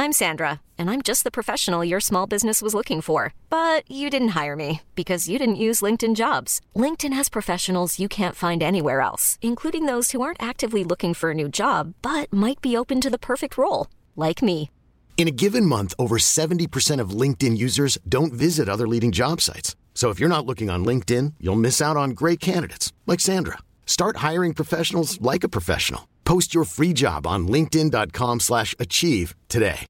I'm Sandra, and I'm just the professional your small business was looking for. But you didn't hire me because you didn't use LinkedIn Jobs. LinkedIn has professionals you can't find anywhere else, including those who aren't actively looking for a new job, but might be open to the perfect role, like me. In a given month, over 70% of LinkedIn users don't visit other leading job sites. So if you're not looking on LinkedIn, you'll miss out on great candidates like Sandra. Start hiring professionals like a professional. Post your free job on linkedin.com/achieve today.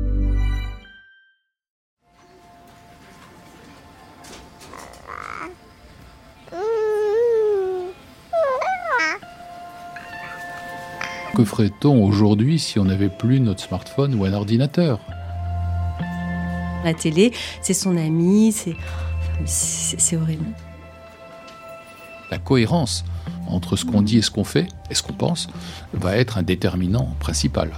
Que ferait-on aujourd'hui si on n'avait plus notre smartphone ou un ordinateur ? La télé, c'est son ami, c'est horrible. La cohérence entre ce qu'on dit et ce qu'on fait, et ce qu'on pense, va être un déterminant principal.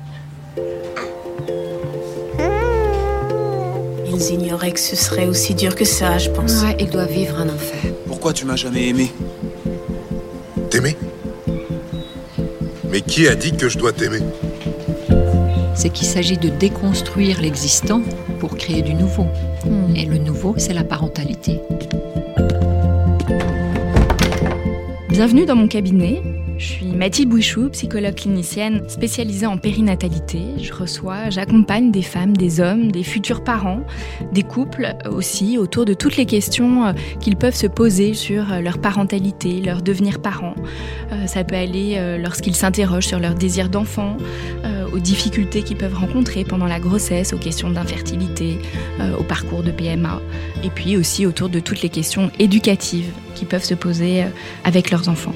Ils ignoraient que ce serait aussi dur que ça, je pense. Ouais, ils doivent vivre un enfer. Pourquoi tu m'as jamais aimé ? T'aimer ? Mais qui a dit que je dois t'aimer ? C'est qu'il s'agit de déconstruire l'existant pour créer du nouveau. Et le nouveau, c'est la parentalité. Bienvenue dans mon cabinet. Je suis Mathilde Bouichou, psychologue clinicienne spécialisée en périnatalité. J'accompagne des femmes, des hommes, des futurs parents, des couples aussi, autour de toutes les questions qu'ils peuvent se poser sur leur parentalité, leur devenir parent. Ça peut aller lorsqu'ils s'interrogent sur leur désir d'enfant, aux difficultés qu'ils peuvent rencontrer pendant la grossesse, aux questions d'infertilité, au parcours de PMA, et puis aussi autour de toutes les questions éducatives qui peuvent se poser avec leurs enfants.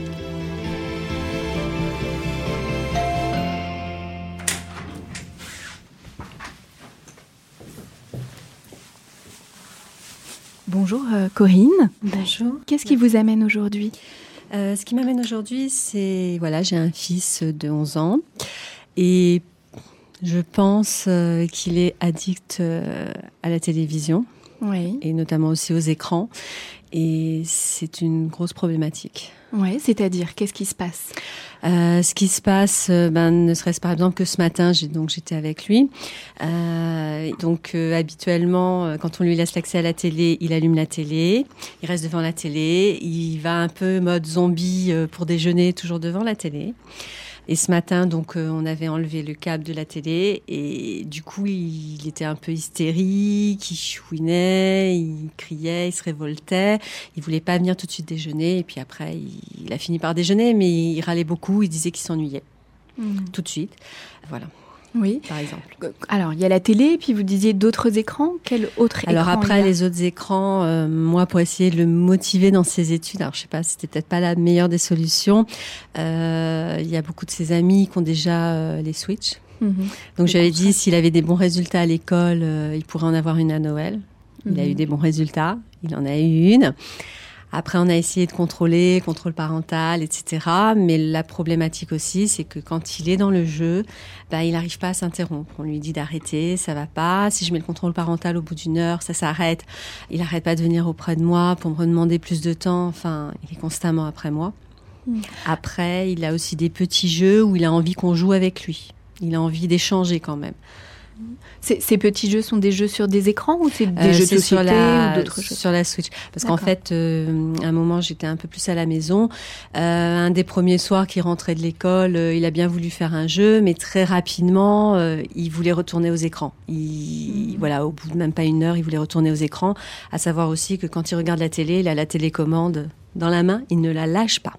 Bonjour Corinne. Bonjour. Qu'est-ce qui vous amène aujourd'hui ? Ce qui m'amène aujourd'hui, c'est... Voilà, j'ai un fils de 11 ans et je pense qu'il est addict à la télévision, Oui. Et notamment aussi aux écrans. Et c'est une grosse problématique. Oui, c'est-à-dire, qu'est-ce qui se passe ? Ce qui se passe, ne serait-ce par exemple que ce matin, j'étais avec lui. Habituellement, quand on lui laisse l'accès à la télé, il allume la télé, il reste devant la télé, il va un peu mode zombie pour déjeuner, toujours devant la télé. Et ce matin, on avait enlevé le câble de la télé et du coup, il était un peu hystérique, il chouinait, il criait, il se révoltait. Il voulait pas venir tout de suite déjeuner et puis après, il a fini par déjeuner, mais il râlait beaucoup, il disait qu'il s'ennuyait tout de suite. Voilà. Oui. Par exemple. Alors, il y a la télé, puis vous disiez d'autres écrans. Quel autre écran ? Alors après, les autres écrans, moi, pour essayer de le motiver dans ses études, alors je sais pas, c'était peut-être pas la meilleure des solutions. Il y a beaucoup de ses amis qui ont déjà les Switch. Donc j'avais dit, s'il avait des bons résultats à l'école, il pourrait en avoir une à Noël. Il a eu des bons résultats, il en a eu une. Après, on a essayé de contrôler, contrôle parental, etc. Mais la problématique aussi, c'est que quand il est dans le jeu, il n'arrive pas à s'interrompre. On lui dit d'arrêter, ça va pas. Si je mets le contrôle parental au bout d'une heure, ça s'arrête. Il n'arrête pas de venir auprès de moi pour me redemander plus de temps. Enfin, il est constamment après moi. Après, il a aussi des petits jeux où il a envie qu'on joue avec lui. Il a envie d'échanger quand même. Ces petits jeux sont des jeux sur des écrans ou c'est des jeux de société ou d'autres choses ? Sur la Switch. Parce D'accord. qu'en fait, à un moment, j'étais un peu plus à la maison. Un des premiers soirs qu'il rentrait de l'école, il a bien voulu faire un jeu, mais très rapidement, il voulait retourner aux écrans. Voilà, au bout de même pas une heure, il voulait retourner aux écrans. À savoir aussi que quand il regarde la télé, il a la télécommande dans la main, il ne la lâche pas.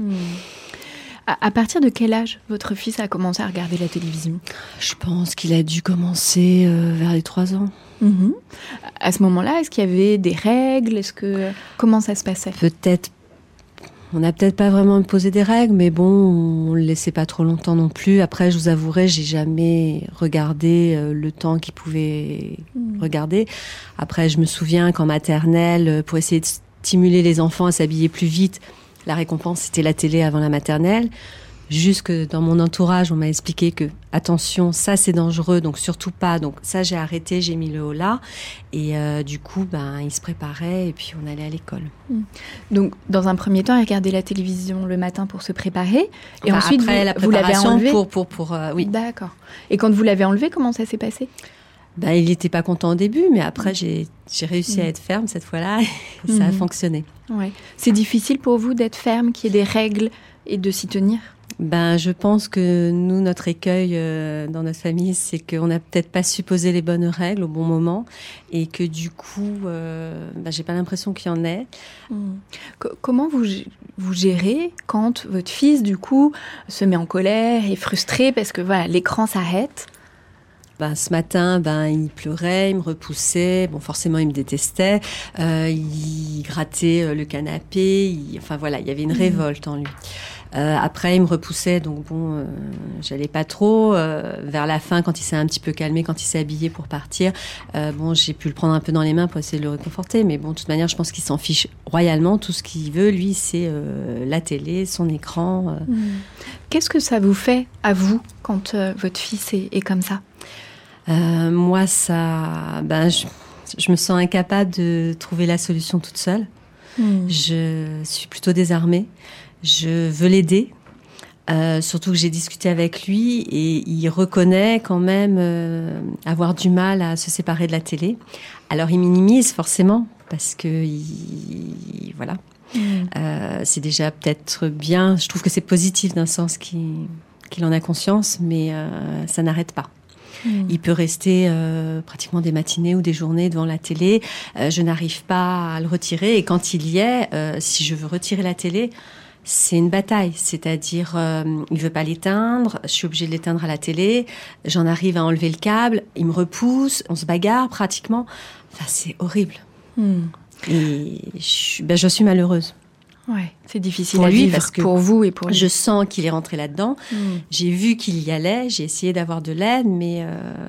À partir de quel âge votre fils a commencé à regarder la télévision ? Je pense qu'il a dû commencer vers les 3 ans. À ce moment-là, est-ce qu'il y avait des règles ? Comment ça se passait ? Peut-être. On n'a peut-être pas vraiment posé des règles, mais bon, on le laissait pas trop longtemps non plus. Après, je vous avouerai, j'ai jamais regardé le temps qu'il pouvait regarder. Après, je me souviens qu'en maternelle, pour essayer de stimuler les enfants à s'habiller plus vite, la récompense, c'était la télé avant la maternelle. Jusque dans mon entourage, on m'a expliqué que attention, ça c'est dangereux, donc surtout pas. Donc ça j'ai arrêté, j'ai mis le holà et du coup, il se préparait et puis on allait à l'école. Donc dans un premier temps, il regardait la télévision le matin pour se préparer et ensuite après la vous l'avez préparation enlevé oui. D'accord. Et quand vous l'avez enlevé, comment ça s'est passé ? Il n'était pas content au début, mais après j'ai réussi à être ferme cette fois-là et ça a fonctionné. Ouais. C'est difficile pour vous d'être ferme, qu'il y ait des règles et de s'y tenir ? Je pense que nous, notre écueil dans notre famille, c'est qu'on n'a peut-être pas su poser les bonnes règles au bon moment et que du coup, j'ai pas l'impression qu'il y en ait. Comment vous gérez quand votre fils, du coup, se met en colère, est frustré parce que voilà, l'écran s'arrête ? Ce matin, il pleurait, il me repoussait. Bon, forcément, il me détestait. Il grattait le canapé. Il y avait une révolte en lui. Après, il me repoussait, donc j'allais pas trop. Vers la fin, quand il s'est un petit peu calmé, quand il s'est habillé pour partir, j'ai pu le prendre un peu dans les mains pour essayer de le réconforter. Mais bon, de toute manière, je pense qu'il s'en fiche royalement. Tout ce qu'il veut, lui, c'est la télé, son écran. Qu'est-ce que ça vous fait, à vous, quand votre fils est comme ça ? Moi, je me sens incapable de trouver la solution toute seule. Je suis plutôt désarmée. Je veux l'aider. Surtout que j'ai discuté avec lui et il reconnaît quand même avoir du mal à se séparer de la télé. Alors il minimise forcément parce que voilà. C'est déjà peut-être bien. Je trouve que c'est positif d'un sens qu'il en a conscience, mais ça n'arrête pas. Il peut rester pratiquement des matinées ou des journées devant la télé. Je n'arrive pas à le retirer. Et quand il y est, si je veux retirer la télé, c'est une bataille. C'est-à-dire, il veut pas l'éteindre. Je suis obligée de l'éteindre à la télé. J'en arrive à enlever le câble. Il me repousse. On se bagarre pratiquement. C'est horrible. Et je suis malheureuse. Ouais, c'est difficile à vivre parce que pour vous et pour lui. Je sens qu'il est rentré là-dedans. J'ai vu qu'il y allait. J'ai essayé d'avoir de l'aide, mais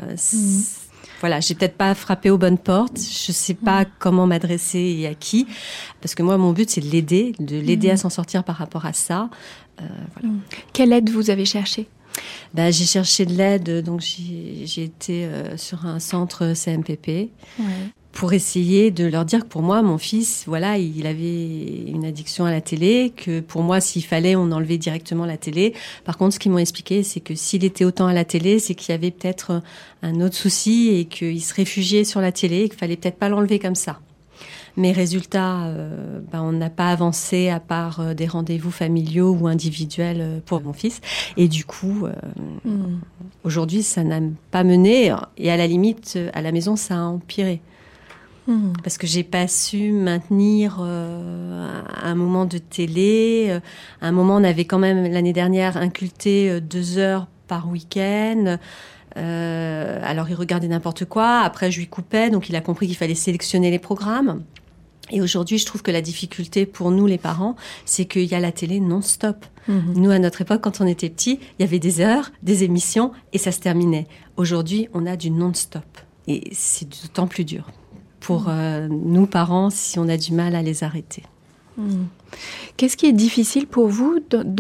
j'ai peut-être pas frappé aux bonnes portes. Je sais pas comment m'adresser et à qui, parce que moi, mon but, c'est de l'aider à s'en sortir par rapport à ça. Quelle aide vous avez cherché ? J'ai cherché de l'aide, donc j'ai été sur un centre CMPP. Pour essayer de leur dire que pour moi, mon fils, il avait une addiction à la télé, que pour moi, s'il fallait, on enlevait directement la télé. Par contre, ce qu'ils m'ont expliqué, c'est que s'il était autant à la télé, c'est qu'il y avait peut-être un autre souci et qu'il se réfugiait sur la télé et qu'il fallait peut-être pas l'enlever comme ça. Mais résultat, on n'a pas avancé à part des rendez-vous familiaux ou individuels pour mon fils. Et du coup, aujourd'hui, ça n'a pas mené. Et à la limite, à la maison, ça a empiré. Parce que j'ai pas su maintenir un moment de télé. À un moment, on avait quand même l'année dernière inculté 2 heures par week-end. Alors il regardait n'importe quoi. Après, je lui coupais, donc il a compris qu'il fallait sélectionner les programmes. Et aujourd'hui, je trouve que la difficulté pour nous, les parents, c'est qu'il y a la télé non-stop. Nous, à notre époque, quand on était petits, il y avait des heures, des émissions, et ça se terminait. Aujourd'hui, on a du non-stop. Et c'est d'autant plus dur pour nous, parents, si on a du mal à les arrêter. Qu'est-ce qui est difficile pour vous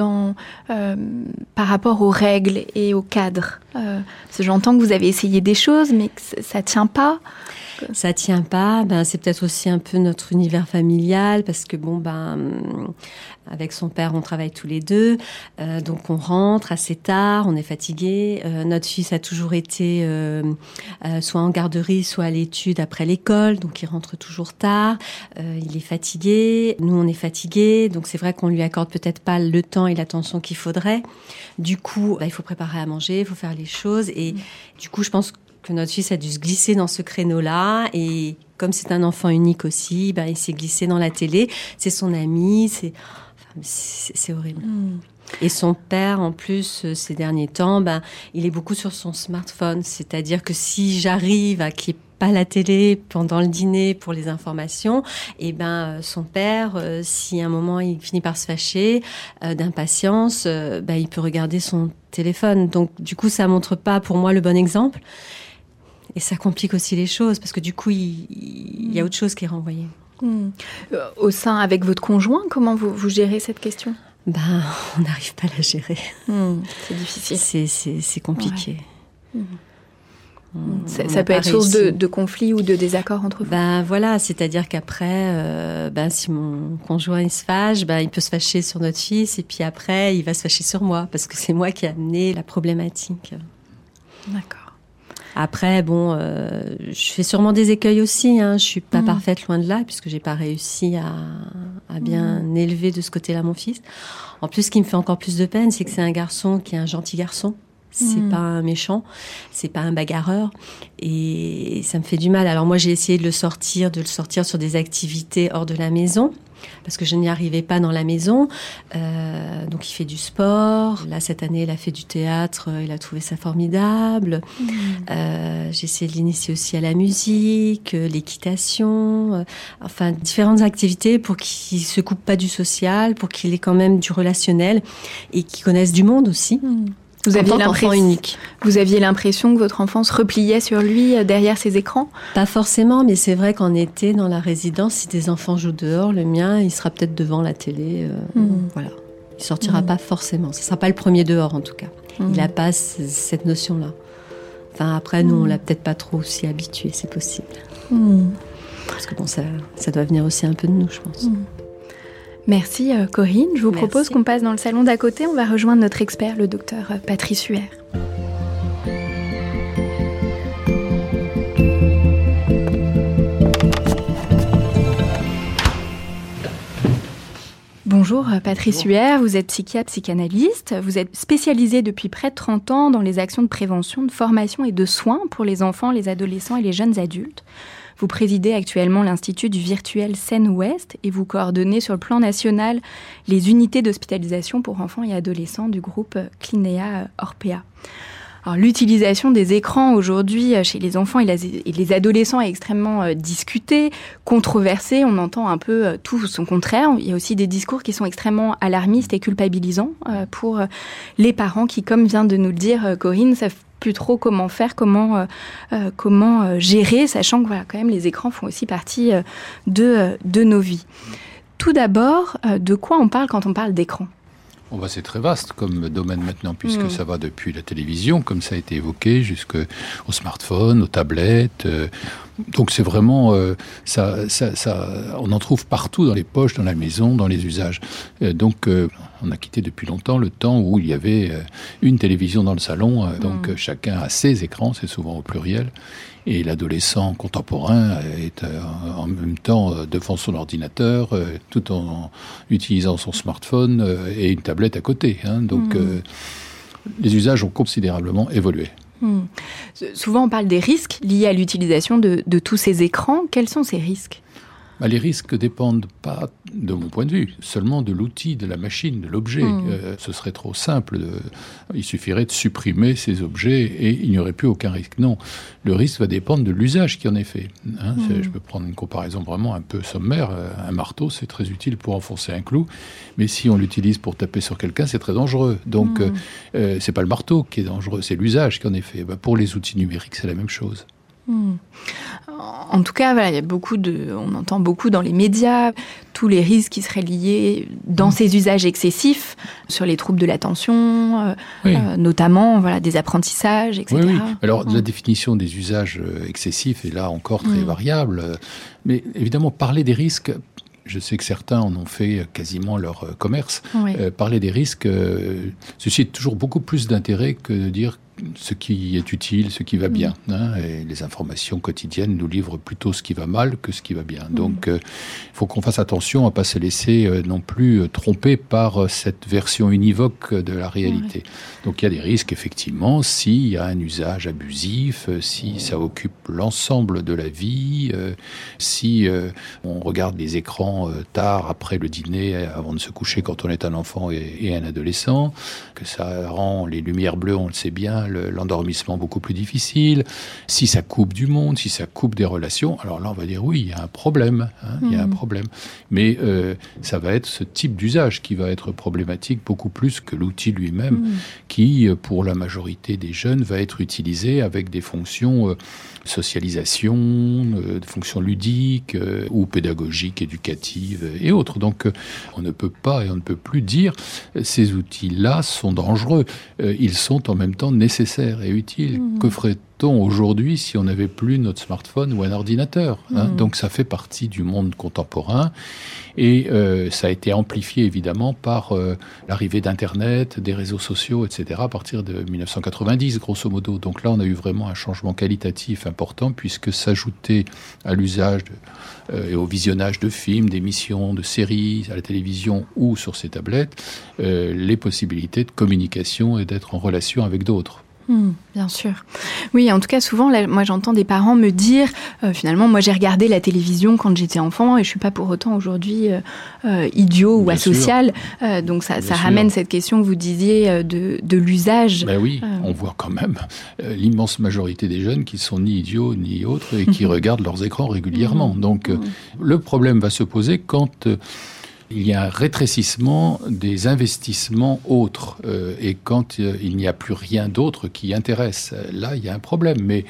par rapport aux règles et au cadre ? Parce que j'entends que vous avez essayé des choses, mais que ça ne tient pas. Ça tient pas. C'est peut-être aussi un peu notre univers familial, parce que avec son père, on travaille tous les deux, donc on rentre assez tard, on est fatigué. Notre fils a toujours été soit en garderie, soit à l'étude après l'école, donc il rentre toujours tard. Il est fatigué, nous on est fatigués, donc c'est vrai qu'on lui accorde peut-être pas le temps et l'attention qu'il faudrait. Du coup, il faut préparer à manger, il faut faire les choses, et du coup, je pense que notre fils a dû se glisser dans ce créneau-là, et comme c'est un enfant unique aussi, il s'est glissé dans la télé. C'est son ami, c'est horrible. Et son père, en plus, ces derniers temps, il est beaucoup sur son smartphone. C'est-à-dire que si j'arrive à qu'il n'y ait pas la télé pendant le dîner pour les informations, son père, si à un moment il finit par se fâcher d'impatience, il peut regarder son téléphone. Donc, du coup, ça montre pas pour moi le bon exemple. Et ça complique aussi les choses, parce que du coup, il y a autre chose qui est renvoyée. Au sein, avec votre conjoint, comment vous gérez cette question ? On n'arrive pas à la gérer. C'est difficile. C'est compliqué. Ouais. Ça peut être source de conflits ou de désaccords entre vous. Voilà, c'est-à-dire qu'après, si mon conjoint il se fâche, il peut se fâcher sur notre fils et puis après il va se fâcher sur moi parce que c'est moi qui ai amené la problématique. D'accord. Après, je fais sûrement des écueils aussi. Je suis pas parfaite, loin de là, puisque j'ai pas réussi à bien élever de ce côté-là mon fils. En plus, ce qui me fait encore plus de peine, c'est que c'est un garçon qui est un gentil garçon. C'est pas un méchant, c'est pas un bagarreur, et ça me fait du mal. Alors moi, j'ai essayé de le sortir sur des activités hors de la maison, parce que je n'y arrivais pas dans la maison. Donc il fait du sport. Là, cette année, il a fait du théâtre. Il a trouvé ça formidable. J'ai essayé de l'initier aussi à la musique, l'équitation, différentes activités pour qu'il se coupe pas du social, pour qu'il ait quand même du relationnel et qu'il connaisse du monde aussi. Vous aviez l'impression que votre enfant se repliait sur lui derrière ses écrans ? Pas forcément, mais c'est vrai qu'en été, dans la résidence, si des enfants jouent dehors, le mien, il sera peut-être devant la télé. Voilà. Il sortira pas forcément. Ce sera pas le premier dehors, en tout cas. Il n'a pas cette notion-là. Après, nous, on l'a peut-être pas trop aussi habitué, c'est possible. Parce que ça doit venir aussi un peu de nous, je pense. Merci Corinne. Je vous propose qu'on passe dans le salon d'à côté. On va rejoindre notre expert, le docteur Patrice Huer. Bonjour Patrice Huer, vous êtes psychiatre, psychanalyste. Vous êtes spécialisé depuis près de 30 ans dans les actions de prévention, de formation et de soins pour les enfants, les adolescents et les jeunes adultes. Vous présidez actuellement l'Institut du virtuel Seine-Ouest et vous coordonnez sur le plan national les unités d'hospitalisation pour enfants et adolescents du groupe Clinéa Orpea. Alors, l'utilisation des écrans aujourd'hui chez les enfants et les adolescents est extrêmement discutée, controversée. On entend un peu tout son contraire. Il y a aussi des discours qui sont extrêmement alarmistes et culpabilisants pour les parents qui, comme vient de nous le dire Corinne, savent plus trop comment faire, comment gérer, sachant que quand même les écrans font aussi partie de nos vies. Tout d'abord, de quoi on parle quand on parle d'écran ? C'est très vaste comme domaine maintenant, puisque ça va depuis la télévision, comme ça a été évoqué, jusqu'au smartphone, aux tablettes. Donc c'est vraiment... on en trouve partout, dans les poches, dans la maison, dans les usages. On a quitté depuis longtemps le temps où il y avait une télévision dans le salon, donc chacun a ses écrans, c'est souvent au pluriel. Et l'adolescent contemporain est en même temps devant son ordinateur, tout en utilisant son smartphone et une tablette à côté. Donc les usages ont considérablement évolué. Souvent on parle des risques liés à l'utilisation de tous ces écrans. Quels sont ces risques ? Les risques dépendent pas, de mon point de vue, seulement de l'outil, de la machine, de l'objet. Ce serait trop simple. Il suffirait de supprimer ces objets et il n'y aurait plus aucun risque. Non, le risque va dépendre de l'usage qui en est fait. Je peux prendre une comparaison vraiment un peu sommaire. Un marteau, c'est très utile pour enfoncer un clou, mais si on l'utilise pour taper sur quelqu'un, c'est très dangereux. Donc, c'est pas le marteau qui est dangereux, c'est l'usage qui en est fait. Pour les outils numériques, c'est la même chose. En tout cas, il y a on entend beaucoup dans les médias tous les risques qui seraient liés dans ces usages excessifs sur les troubles de l'attention, notamment des apprentissages, etc. Oui. Alors, la définition des usages excessifs est là encore très variable. Mais évidemment, parler des risques... Je sais que certains en ont fait quasiment leur commerce. Parler des risques suscite toujours beaucoup plus d'intérêt que de dire ce qui est utile, ce qui va bien. Et les informations quotidiennes nous livrent plutôt ce qui va mal que ce qui va bien. Donc, il faut qu'on fasse attention à ne pas se laisser non plus tromper par cette version univoque de la réalité. Donc, il y a des risques, effectivement, s'il y a un usage abusif, si ça occupe l'ensemble de la vie, si on regarde les écrans tard après le dîner, avant de se coucher quand on est un enfant et un adolescent, que ça rend les lumières bleues, on le sait bien, l'endormissement beaucoup plus difficile, si ça coupe du monde, si ça coupe des relations, alors là on va dire oui, il y a un problème, il y a un problème. Mais ça va être ce type d'usage qui va être problématique beaucoup plus que l'outil lui-même, qui pour la majorité des jeunes va être utilisé avec des fonctions socialisation, de fonctions ludiques ou pédagogiques, éducatives et autres. Donc on ne peut pas et on ne peut plus dire ces outils-là sont dangereux. Ils sont en même temps nécessaires et utiles. Que ferait-on aujourd'hui si on n'avait plus notre smartphone ou un ordinateur, hein? Donc ça fait partie du monde contemporain et ça a été amplifié évidemment par l'arrivée d'Internet, des réseaux sociaux, etc. à partir de 1990 grosso modo. Donc là on a eu vraiment un changement qualitatif important puisque s'ajoutait à l'usage et au visionnage de films, d'émissions, de séries à la télévision ou sur ces tablettes, les possibilités de communication et d'être en relation avec d'autres. Bien sûr. Oui, en tout cas, souvent, là, moi, j'entends des parents me dire, finalement, moi, j'ai regardé la télévision quand j'étais enfant et je suis pas pour autant aujourd'hui idiot ou asocial. Donc, ça ramène cette question que vous disiez de l'usage. Ben oui, on voit quand même l'immense majorité des jeunes qui sont ni idiots ni autres et qui regardent leurs écrans régulièrement. Donc, le problème va se poser quand il y a un rétrécissement des investissements autres et quand il n'y a plus rien d'autre qui intéresse. Là, il y a un problème. Mais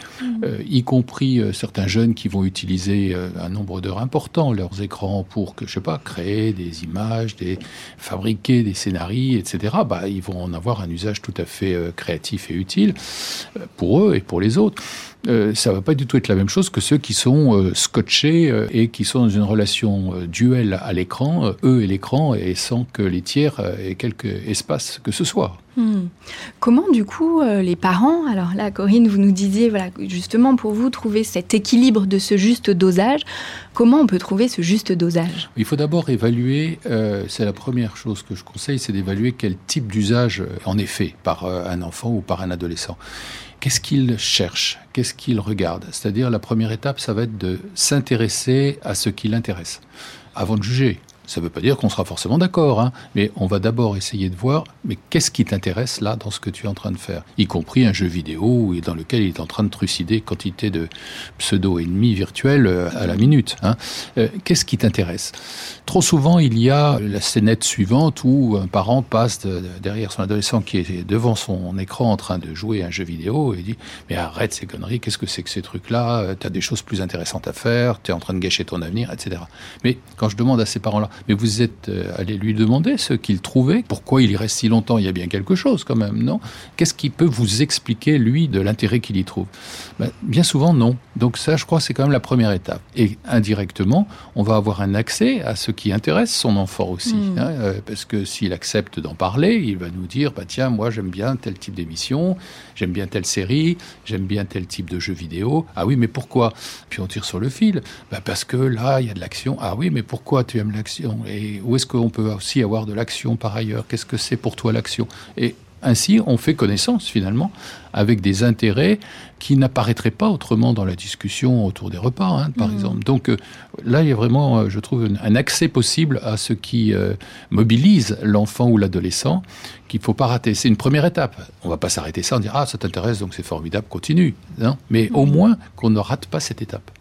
y compris certains jeunes qui vont utiliser un nombre d'heures important leurs écrans pour, créer des images, fabriquer des scénarios, etc., ils vont en avoir un usage tout à fait créatif et utile pour eux et pour les autres. Ça ne va pas du tout être la même chose que ceux qui sont scotchés et qui sont dans une relation duelle à l'écran, eux et l'écran, et sans que les tiers aient quelque espace que ce soit. Comment, du coup, les parents, alors là, Corinne, vous nous disiez, voilà, justement, pour vous, trouver cet équilibre de ce juste dosage, comment on peut trouver ce juste dosage ? Il faut d'abord évaluer, c'est la première chose que je conseille, c'est d'évaluer quel type d'usage en est fait par un enfant ou par un adolescent. Qu'est-ce qu'il cherche ? Qu'est-ce qu'il regarde ? C'est-à-dire, la première étape, ça va être de s'intéresser à ce qui l'intéresse, avant de juger. Ça ne veut pas dire qu'on sera forcément d'accord, hein, mais on va d'abord essayer de voir, mais qu'est-ce qui t'intéresse là dans ce que tu es en train de faire ? Y compris un jeu vidéo dans lequel il est en train de trucider quantité de pseudo-ennemis virtuels à la minute. Hein. Qu'est-ce qui t'intéresse ? Trop souvent, il y a la scénette suivante où un parent passe derrière son adolescent qui est devant son écran en train de jouer à un jeu vidéo et dit « Mais arrête ces conneries, qu'est-ce que c'est que ces trucs-là ? T'as des choses plus intéressantes à faire, t'es en train de gâcher ton avenir, etc. » Mais quand je demande à ces parents-là, mais vous êtes allé lui demander ce qu'il trouvait, pourquoi il y reste si longtemps, il y a bien quelque chose quand même, non ? Qu'est-ce qui peut vous expliquer, lui, de l'intérêt qu'il y trouve ? Bien souvent, non. Donc ça, je crois, c'est quand même la première étape. Et indirectement, on va avoir un accès à ce qui intéresse son enfant aussi. Parce que s'il accepte d'en parler, il va nous dire, tiens, moi j'aime bien tel type d'émission, j'aime bien telle série, j'aime bien tel type de jeu vidéo. Ah oui, mais pourquoi ? Puis on tire sur le fil. Parce que là, il y a de l'action. Ah oui, mais pourquoi tu aimes l'action ? Et où est-ce qu'on peut aussi avoir de l'action par ailleurs ? Qu'est-ce que c'est pour toi l'action ? Et ainsi, on fait connaissance finalement avec des intérêts qui n'apparaîtraient pas autrement dans la discussion autour des repas, par exemple. Donc là, il y a vraiment, je trouve, un accès possible à ce qui mobilise l'enfant ou l'adolescent qu'il ne faut pas rater. C'est une première étape. On ne va pas s'arrêter ça en dire « Ah, ça t'intéresse, donc c'est formidable, continue ». Mais au moins qu'on ne rate pas cette étape.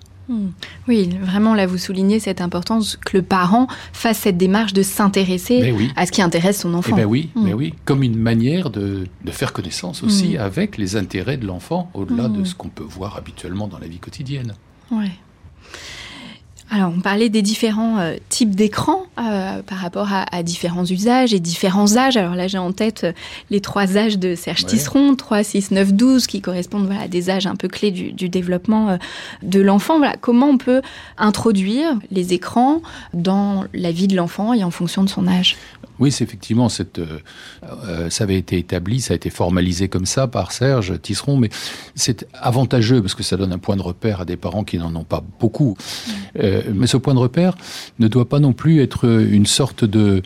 Oui, vraiment, là, vous soulignez cette importance que le parent fasse cette démarche de s'intéresser à ce qui intéresse son enfant. Mais oui, comme une manière de faire connaissance aussi avec les intérêts de l'enfant, au-delà de ce qu'on peut voir habituellement dans la vie quotidienne. Ouais. Alors, on parlait des différents types d'écrans par rapport à différents usages et différents âges. Alors là, j'ai en tête les 3 âges de Serge Tisseron, 3, 6, 9, 12, qui correspondent à des âges un peu clés du développement de l'enfant. Voilà, comment on peut introduire les écrans dans la vie de l'enfant et en fonction de son âge ? Oui, c'est effectivement, ça avait été établi, ça a été formalisé comme ça par Serge Tisseron, mais c'est avantageux parce que ça donne un point de repère à des parents qui n'en ont pas beaucoup. Mais ce point de repère ne doit pas non plus être une sorte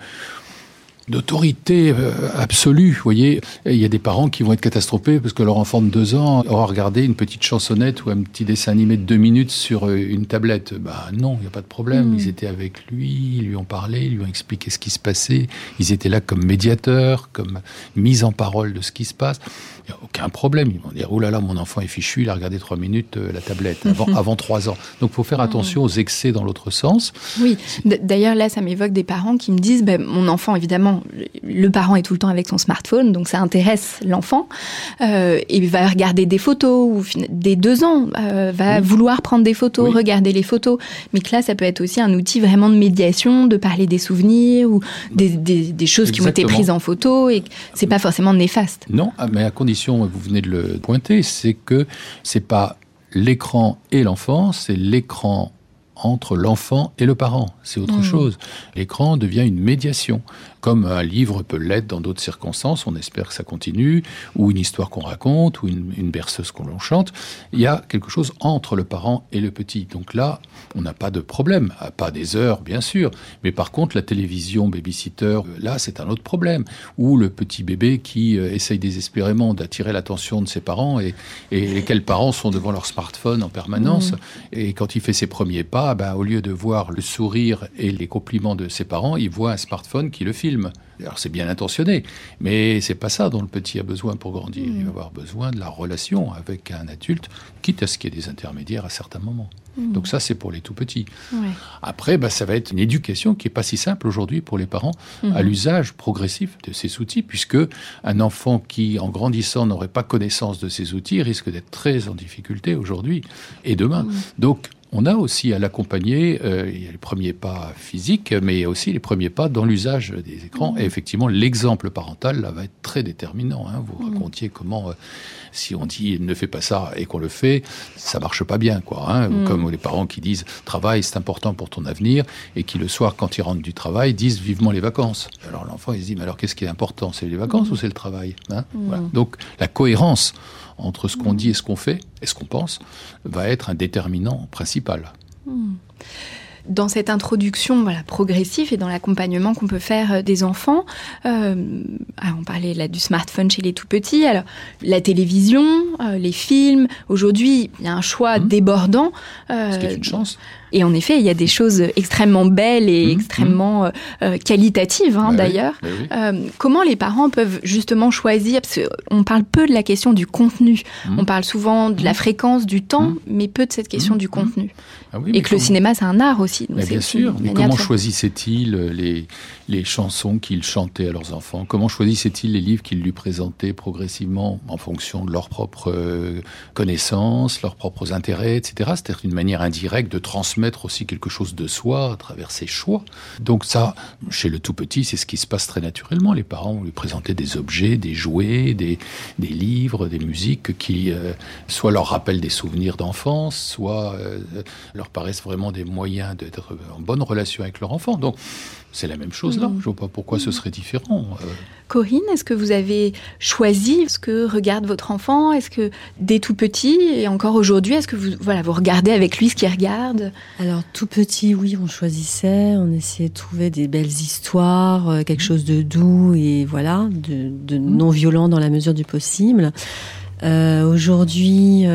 d'autorité absolue, vous voyez. Il y a des parents qui vont être catastrophés parce que leur enfant de 2 ans aura regardé une petite chansonnette ou un petit dessin animé de 2 minutes sur une tablette. Non, il n'y a pas de problème. Ils étaient avec lui, ils lui ont parlé, ils lui ont expliqué ce qui se passait. Ils étaient là comme médiateurs, comme mise en parole de ce qui se passe. Il n'y a aucun problème. Ils vont dire « Oh là là, mon enfant est fichu, il a regardé 3 minutes la tablette avant 3 ans. » Donc, il faut faire attention aux excès dans l'autre sens. Oui. D'ailleurs, là, ça m'évoque des parents qui me disent « Mon enfant, évidemment, effectivement, le parent est tout le temps avec son smartphone, donc ça intéresse l'enfant. Il va regarder des photos, ou dès 2 ans, va vouloir prendre des photos, regarder les photos. Mais que là, ça peut être aussi un outil vraiment de médiation, de parler des souvenirs ou des choses qui ont été prises en photo, et c'est pas forcément néfaste. Non, mais à condition, vous venez de le pointer, c'est que c'est pas l'écran et l'enfant, c'est l'écran entre l'enfant et le parent. C'est autre chose. L'écran devient une médiation. Comme un livre peut l'être dans d'autres circonstances, on espère que ça continue, ou une histoire qu'on raconte, ou une berceuse qu'on chante. Il y a quelque chose entre le parent et le petit. Donc là, on n'a pas de problème. Pas des heures, bien sûr. Mais par contre, la télévision babysitter, là, c'est un autre problème. Ou le petit bébé qui essaye désespérément d'attirer l'attention de ses parents, et lesquels parents sont devant leur smartphone en permanence. Et quand il fait ses premiers pas, au lieu de voir le sourire et les compliments de ses parents, il voit un smartphone qui le filme. Alors c'est bien intentionné, mais c'est pas ça dont le petit a besoin pour grandir. Il va avoir besoin de la relation avec un adulte, quitte à ce qu'il y ait des intermédiaires à certains moments. Donc ça, c'est pour les tout petits. Après, ça va être une éducation qui est pas si simple aujourd'hui pour les parents à l'usage progressif de ces outils, puisque un enfant qui, en grandissant, n'aurait pas connaissance de ces outils risque d'être très en difficulté aujourd'hui et demain. Donc on a aussi à l'accompagner, il y a les premiers pas physiques, mais il y a aussi les premiers pas dans l'usage des écrans. Et effectivement, l'exemple parental là, va être très déterminant. Vous racontiez comment, si on dit « ne fais pas ça » et qu'on le fait, ça marche pas bien, quoi. Comme les parents qui disent « travail, c'est important pour ton avenir » et qui, le soir, quand ils rentrent du travail, disent « vivement les vacances ». Alors l'enfant, il se dit « mais alors qu'est-ce qui est important ? C'est les vacances ou c'est le travail » Voilà. Donc la cohérence entre ce qu'on dit et ce qu'on fait, et ce qu'on pense, va être un déterminant principal. Dans cette introduction progressive et dans l'accompagnement qu'on peut faire des enfants, on parlait là du smartphone chez les tout-petits, alors la télévision, les films, aujourd'hui il y a un choix débordant. Ce qui est une chance. Et en effet, il y a des choses extrêmement belles et extrêmement qualitatives, d'ailleurs. Comment les parents peuvent justement choisir, parce qu'on parle peu de la question du contenu, on parle souvent de la fréquence, du temps, mais peu de cette question du contenu. Et que le cinéma, c'est un art aussi. Donc bien sûr, mais comment choisissaient-ils les chansons qu'ils chantaient à leurs enfants ? Comment choisissaient-ils les livres qu'ils lui présentaient progressivement en fonction de leurs propres connaissances, leurs propres intérêts, etc. C'était une manière indirecte de transmettre aussi quelque chose de soi à travers ses choix. Donc ça, chez le tout petit, c'est ce qui se passe très naturellement. Les parents lui présentaient des objets, des jouets, des livres, des musiques qui soit leur rappellent des souvenirs d'enfance, soit leur paraissent vraiment des moyens d'être en bonne relation avec leur enfant. Donc c'est la même chose là. Je ne vois pas pourquoi ce serait différent. Corinne, est-ce que vous avez choisi ce que regarde votre enfant ? Est-ce que dès tout petit et encore aujourd'hui, est-ce que vous regardez avec lui ce qu'il regarde ? Alors tout petit, oui, on choisissait, on essayait de trouver des belles histoires, quelque chose de doux et de non violent dans la mesure du possible. Aujourd'hui,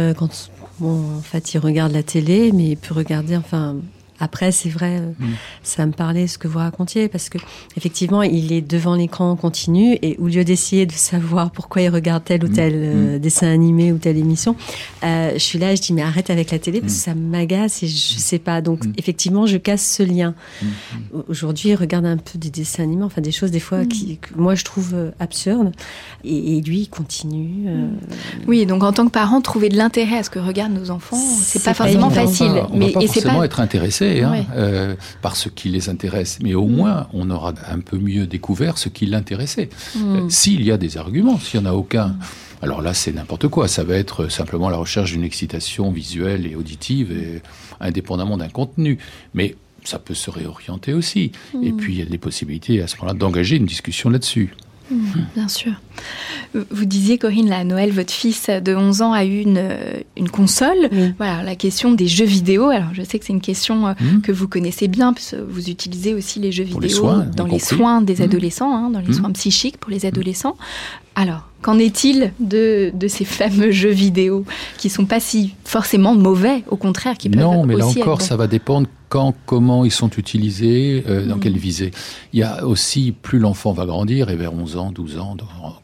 en fait, il regarde la télé, mais il peut regarder, après, c'est vrai, ça me parlait ce que vous racontiez, parce que effectivement, il est devant l'écran en continu, et au lieu d'essayer de savoir pourquoi il regarde tel ou tel dessin animé ou telle émission, je suis là, je dis mais arrête avec la télé parce que ça m'agace et je sais pas. Donc effectivement, je casse ce lien. Aujourd'hui, il regarde un peu des dessins animés, des choses des fois que moi je trouve absurdes, et lui, il continue. Oui, donc en tant que parent, trouver de l'intérêt à ce que regardent nos enfants, c'est pas forcément facile. On va pas forcément être intéressé par ce qui les intéresse, mais au moins on aura un peu mieux découvert ce qui l'intéressait. S'il y a des arguments, s'il n'y en a aucun, alors là c'est n'importe quoi, ça va être simplement la recherche d'une excitation visuelle et auditive, et indépendamment d'un contenu, mais ça peut se réorienter aussi, et puis il y a des possibilités à ce moment-là d'engager une discussion là-dessus. Bien sûr. Vous disiez, Corinne, à Noël, votre fils de 11 ans a eu une console. Voilà, la question des jeux vidéo. Alors, je sais que c'est une question que vous connaissez bien, parce que vous utilisez aussi les jeux vidéo dans les soins des adolescents, dans les soins psychiques pour les adolescents. Alors, qu'en est-il de ces fameux jeux vidéo qui ne sont pas si forcément mauvais, au contraire, qui peuvent aussi être bons ? Non, mais là encore, ça va dépendre quand, comment ils sont utilisés, dans quelle visée. Il y a aussi, plus l'enfant va grandir, et vers 11 ans, 12 ans,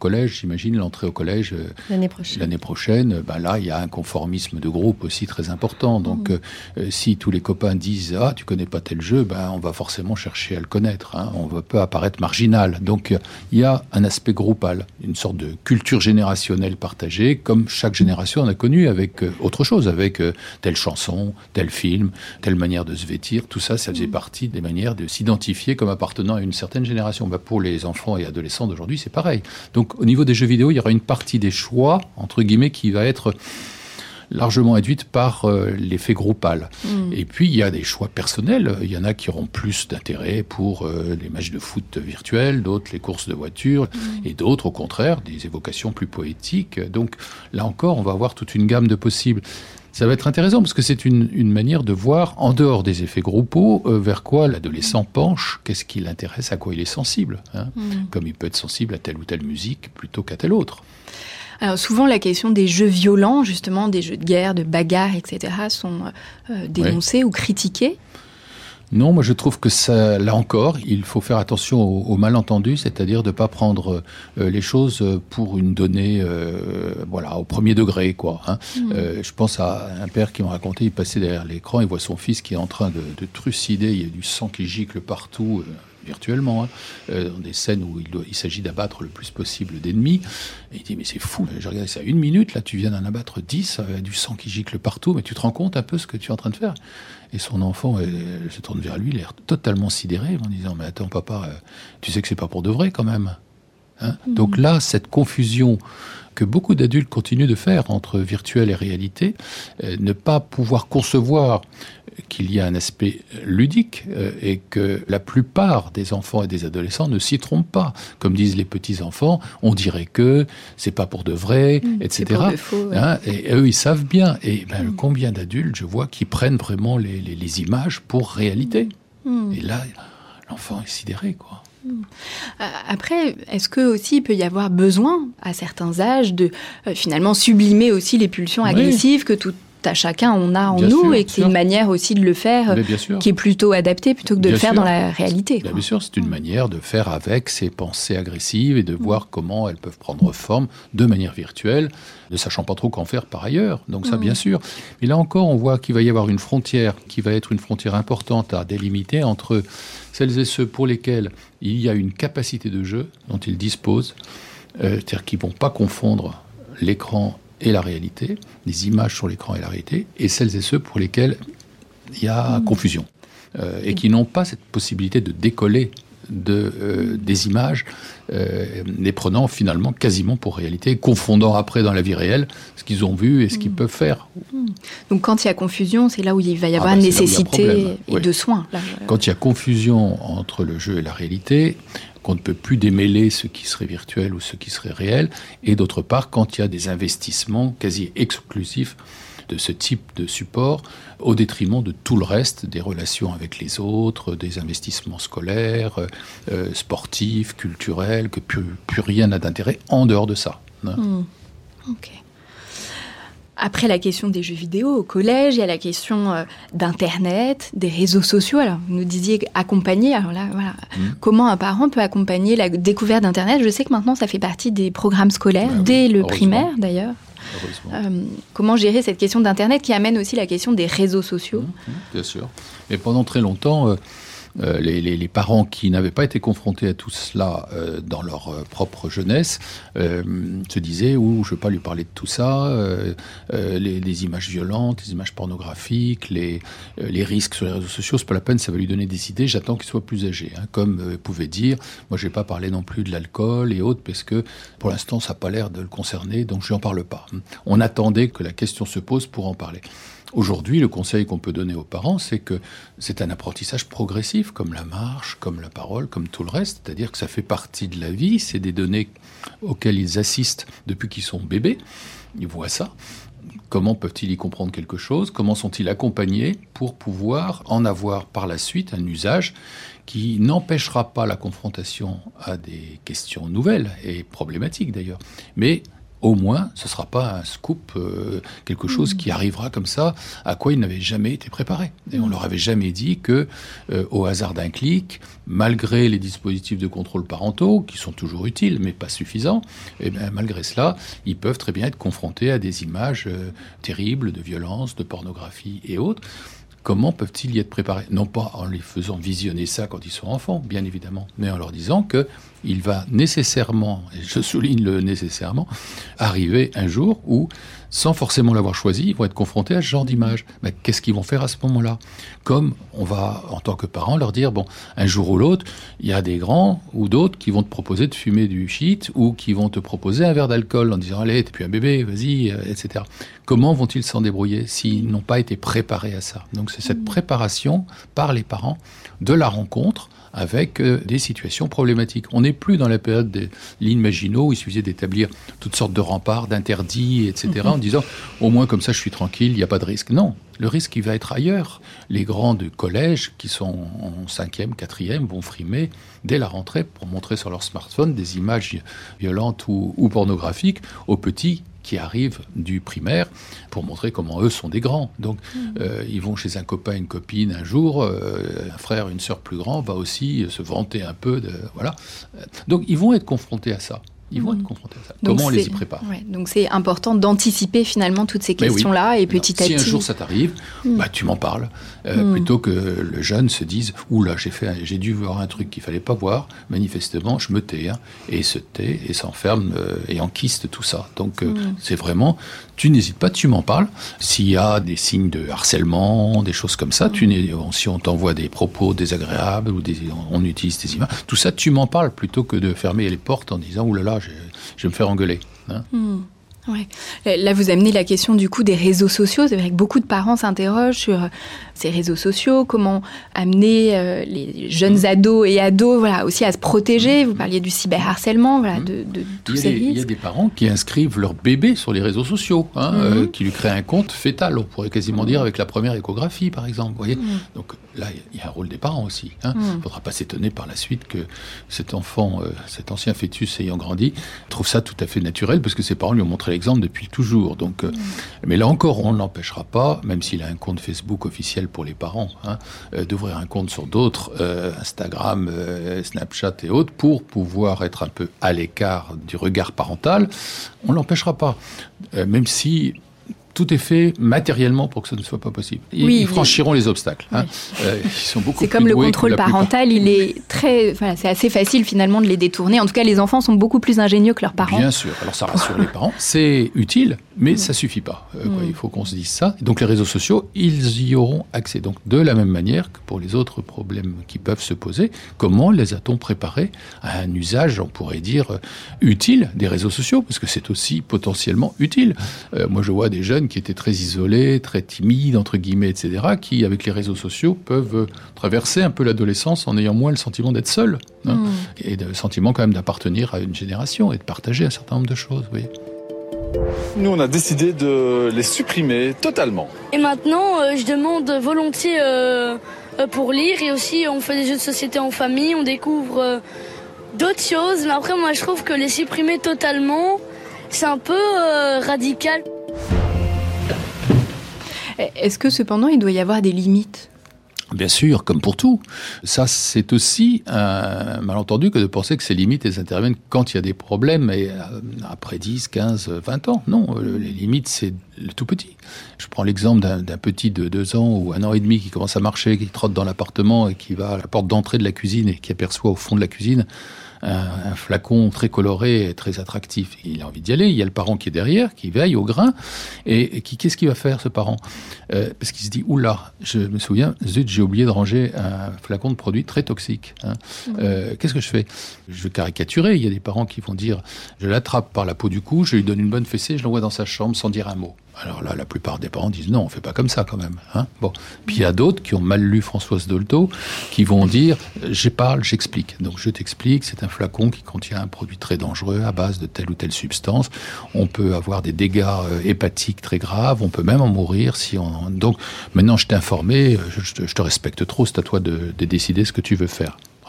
collège, j'imagine, l'entrée au collège l'année prochaine, là, il y a un conformisme de groupe aussi très important. Donc, si tous les copains disent « Ah, tu connais pas tel jeu », on va forcément chercher à le connaître. On ne veut pas apparaître marginal. Donc, il y a un aspect groupal, une sorte de culture générationnelle partagée, comme chaque génération en a connu avec autre chose, avec telle chanson, tel film, telle manière de se vêtir. Tout ça, ça faisait partie des manières de s'identifier comme appartenant à une certaine génération. Pour les enfants et adolescents d'aujourd'hui, c'est pareil. Donc, au niveau des jeux vidéo, il y aura une partie des choix, entre guillemets, qui va être largement induite par l'effet groupal. Et puis, il y a des choix personnels. Il y en a qui auront plus d'intérêt pour les matchs de foot virtuels, d'autres les courses de voitures, et d'autres, au contraire, des évocations plus poétiques. Donc, là encore, on va avoir toute une gamme de possibles. Ça va être intéressant parce que c'est une manière de voir, en dehors des effets groupaux, vers quoi l'adolescent penche, qu'est-ce qui l'intéresse, à quoi il est sensible. Comme il peut être sensible à telle ou telle musique plutôt qu'à telle autre. Alors souvent, la question des jeux violents, justement, des jeux de guerre, de bagarre, etc., sont dénoncés ou critiqués. Non, moi je trouve que ça, là encore, il faut faire attention au malentendu, c'est-à-dire de ne pas prendre les choses pour une donnée au premier degré, quoi. Je pense à un père qui m'a raconté, il passait derrière l'écran, il voit son fils qui est en train de trucider, il y a du sang qui gicle partout, virtuellement, dans des scènes où il s'agit d'abattre le plus possible d'ennemis. Et il dit, mais c'est fou, j'ai regardé ça 1 minute, là tu viens d'en abattre 10, du sang qui gicle partout, mais tu te rends compte un peu ce que tu es en train de faire? Et son enfant se tourne vers lui, il a l'air totalement sidéré, en disant, mais attends papa, tu sais que c'est pas pour de vrai quand même. Donc là, cette confusion que beaucoup d'adultes continuent de faire entre virtuel et réalité, ne pas pouvoir concevoir qu'il y a un aspect ludique et que la plupart des enfants et des adolescents ne s'y trompent pas. Comme disent les petits-enfants, on dirait que c'est pas pour de vrai, etc. C'est pour de faux, ouais. Et eux, ils savent bien. Et combien d'adultes, je vois, qui prennent vraiment les images pour réalité. Et là, l'enfant est sidéré, quoi. Après, est-ce que aussi il peut y avoir besoin, à certains âges, de finalement sublimer aussi les pulsions agressives que tout à chacun on a en bien nous sûr, et que c'est une manière aussi de le faire qui est plutôt adaptée plutôt que de le faire dans la réalité. Bien sûr, c'est une manière de faire avec ces pensées agressives et de voir comment elles peuvent prendre forme de manière virtuelle, ne sachant pas trop qu'en faire par ailleurs. Donc ça, bien sûr. Mais là encore, on voit qu'il va y avoir une frontière qui va être une frontière importante à délimiter entre celles et ceux pour lesquels il y a une capacité de jeu dont ils disposent, c'est-à-dire qu'ils ne vont pas confondre l'écran et la réalité, les images sur l'écran et la réalité, et celles et ceux pour lesquels il y a confusion, et qui n'ont pas cette possibilité de décoller des images, les prenant finalement quasiment pour réalité, confondant après dans la vie réelle ce qu'ils ont vu et ce qu'ils peuvent faire. Donc quand il y a confusion, c'est là où il va y avoir nécessité de soins. Là. Quand il y a confusion entre le jeu et la réalité, qu'on ne peut plus démêler ce qui serait virtuel ou ce qui serait réel, et d'autre part, quand il y a des investissements quasi exclusifs de ce type de support, au détriment de tout le reste, des relations avec les autres, des investissements scolaires, sportifs, culturels, que plus rien n'a d'intérêt en dehors de ça. Ok. Après la question des jeux vidéo au collège, il y a la question d'Internet, des réseaux sociaux. Alors, vous nous disiez accompagner. Alors là, voilà. Comment un parent peut accompagner la découverte d'Internet? Je sais que maintenant, ça fait partie des programmes scolaires, dès le primaire d'ailleurs. Comment gérer cette question d'Internet qui amène aussi la question des réseaux sociaux? Bien sûr. Mais pendant très longtemps, les parents qui n'avaient pas été confrontés à tout cela dans leur propre jeunesse se disaient je ne veux pas lui parler de tout ça, les images violentes, les images pornographiques, les risques sur les réseaux sociaux, c'est pas la peine, ça va lui donner des idées, j'attends qu'il soit plus âgé. Comme pouvait dire, moi je vais pas parler non plus de l'alcool et autres parce que pour l'instant ça n'a pas l'air de le concerner, donc je n'en parle pas. On attendait que la question se pose pour en parler. Aujourd'hui, le conseil qu'on peut donner aux parents, c'est que c'est un apprentissage progressif, comme la marche, comme la parole, comme tout le reste. C'est-à-dire que ça fait partie de la vie, c'est des données auxquelles ils assistent depuis qu'ils sont bébés. Ils voient ça. Comment peuvent-ils y comprendre quelque chose? Comment sont-ils accompagnés pour pouvoir en avoir par la suite un usage qui n'empêchera pas la confrontation à des questions nouvelles et problématiques d'ailleurs, mais au moins, ce ne sera pas un scoop, quelque chose qui arrivera comme ça, à quoi ils n'avaient jamais été préparés. Et on leur avait jamais dit que, au hasard d'un clic, malgré les dispositifs de contrôle parentaux, qui sont toujours utiles, mais pas suffisants, et bien, malgré cela, ils peuvent très bien être confrontés à des images terribles de violence, de pornographie et autres. Comment peuvent-ils y être préparés ? Non pas en les faisant visionner ça quand ils sont enfants, bien évidemment, mais en leur disant qu'il va nécessairement, et je souligne le nécessairement, arriver un jour où, sans forcément l'avoir choisi, ils vont être confrontés à ce genre d'image. Mais qu'est-ce qu'ils vont faire à ce moment-là ? Comme on va, en tant que parents, leur dire, bon, un jour ou l'autre, il y a des grands ou d'autres qui vont te proposer de fumer du shit ou qui vont te proposer un verre d'alcool en disant, allez, t'es plus un bébé, vas-y, etc. Comment vont-ils s'en débrouiller s'ils n'ont pas été préparés à ça ? Donc c'est cette préparation par les parents de la rencontre avec des situations problématiques. On n'est plus dans la période des lignes Maginot où il suffisait d'établir toutes sortes de remparts, d'interdits, etc., en disant au moins comme ça je suis tranquille, il n'y a pas de risque. Non, le risque il va être ailleurs. Les grands de collège qui sont en 5e, 4e vont frimer dès la rentrée pour montrer sur leur smartphone des images violentes ou pornographiques aux petits qui arrivent du primaire pour montrer comment eux sont des grands. Donc, ils vont chez un copain, une copine un jour, un frère, une sœur plus grand va aussi se vanter un peu de... Voilà. Donc, ils vont être confrontés à ça. Ils vont être confrontés à ça. Donc comment on les y prépare ? Donc c'est important d'anticiper finalement toutes ces questions-là et petit à petit... Si un jour ça t'arrive, tu m'en parles. Plutôt que le jeune se dise « Oula, j'ai dû voir un truc qu'il ne fallait pas voir. Manifestement, je me tais. Hein. » Et il se tait et s'enferme et enquiste tout ça. Donc c'est vraiment... Tu n'hésites pas, tu m'en parles. S'il y a des signes de harcèlement, des choses comme ça, si on t'envoie des propos désagréables ou on utilise des images, tout ça, tu m'en parles plutôt que de fermer les portes en disant « Ouh là là, je vais me faire engueuler. Hein. » Ouais. Là, vous amenez la question du coup des réseaux sociaux. C'est vrai que beaucoup de parents s'interrogent sur ces réseaux sociaux, comment amener les jeunes ados et ados aussi à se protéger. Vous parliez du cyberharcèlement, de tous ces risques. Il y a des parents qui inscrivent leur bébé sur les réseaux sociaux, qui lui créent un compte fœtal, on pourrait quasiment dire, avec la première échographie, par exemple. Vous voyez. Donc là, il y a un rôle des parents aussi. Il ne faudra pas s'étonner par la suite que cet enfant, cet ancien fœtus ayant grandi, trouve ça tout à fait naturel, parce que ses parents lui ont montré l'exemple depuis toujours. Donc, mais là encore, on ne l'empêchera pas, même s'il a un compte Facebook officiel pour les parents, d'ouvrir un compte sur d'autres, Instagram, Snapchat et autres, pour pouvoir être un peu à l'écart du regard parental. On ne l'empêchera pas, même si tout est fait matériellement pour que ça ne soit pas possible. Ils franchiront les obstacles. Ils sont beaucoup plus doués. C'est comme le contrôle parental, il est c'est assez facile finalement de les détourner. En tout cas, les enfants sont beaucoup plus ingénieux que leurs parents. Bien sûr. Alors ça rassure les parents. C'est utile, mais ça suffit pas. Il faut qu'on se dise ça. Donc les réseaux sociaux, ils y auront accès. Donc de la même manière que pour les autres problèmes qui peuvent se poser, comment les a-t-on préparés à un usage, on pourrait dire, utile des réseaux sociaux ? Parce que c'est aussi potentiellement utile. Moi, je vois des jeunes qui étaient très isolés, très timides, entre guillemets, etc., qui, avec les réseaux sociaux, peuvent traverser un peu l'adolescence en ayant moins le sentiment d'être seuls, et le sentiment quand même d'appartenir à une génération et de partager un certain nombre de choses, vous voyez. Nous, on a décidé de les supprimer totalement. Et maintenant, je demande volontiers pour lire, et aussi on fait des jeux de société en famille, on découvre d'autres choses, mais après, moi, je trouve que les supprimer totalement, c'est un peu radical. Est-ce que cependant il doit y avoir des limites ? Bien sûr, comme pour tout. Ça, c'est aussi un malentendu que de penser que ces limites, elles interviennent quand il y a des problèmes, et après 10, 15, 20 ans. Non, les limites, c'est le tout petit. Je prends l'exemple d'un petit de 2 ans ou 1 an et demi qui commence à marcher, qui trotte dans l'appartement et qui va à la porte d'entrée de la cuisine et qui aperçoit au fond de la cuisine un flacon très coloré et très attractif. Il a envie d'y aller. Il y a le parent qui est derrière, qui veille au grain. Et qu'est-ce qu'il va faire, ce parent ? Parce qu'il se dit, oula, je me souviens, zut, j'ai oublié de ranger un flacon de produit très toxique. Qu'est-ce que je fais ? Je vais caricaturer. Il y a des parents qui vont dire, je l'attrape par la peau du cou, je lui donne une bonne fessée, je l'envoie dans sa chambre sans dire un mot. Alors là, la plupart des parents disent non, on fait pas comme ça quand même. Bon. Puis il y a d'autres qui ont mal lu Françoise Dolto, qui vont dire je parle, j'explique. Donc je t'explique, c'est un flacon qui contient un produit très dangereux à base de telle ou telle substance. On peut avoir des dégâts hépatiques très graves, on peut même en mourir si on. Donc maintenant je t'ai informé, je te respecte trop, c'est à toi de décider ce que tu veux faire.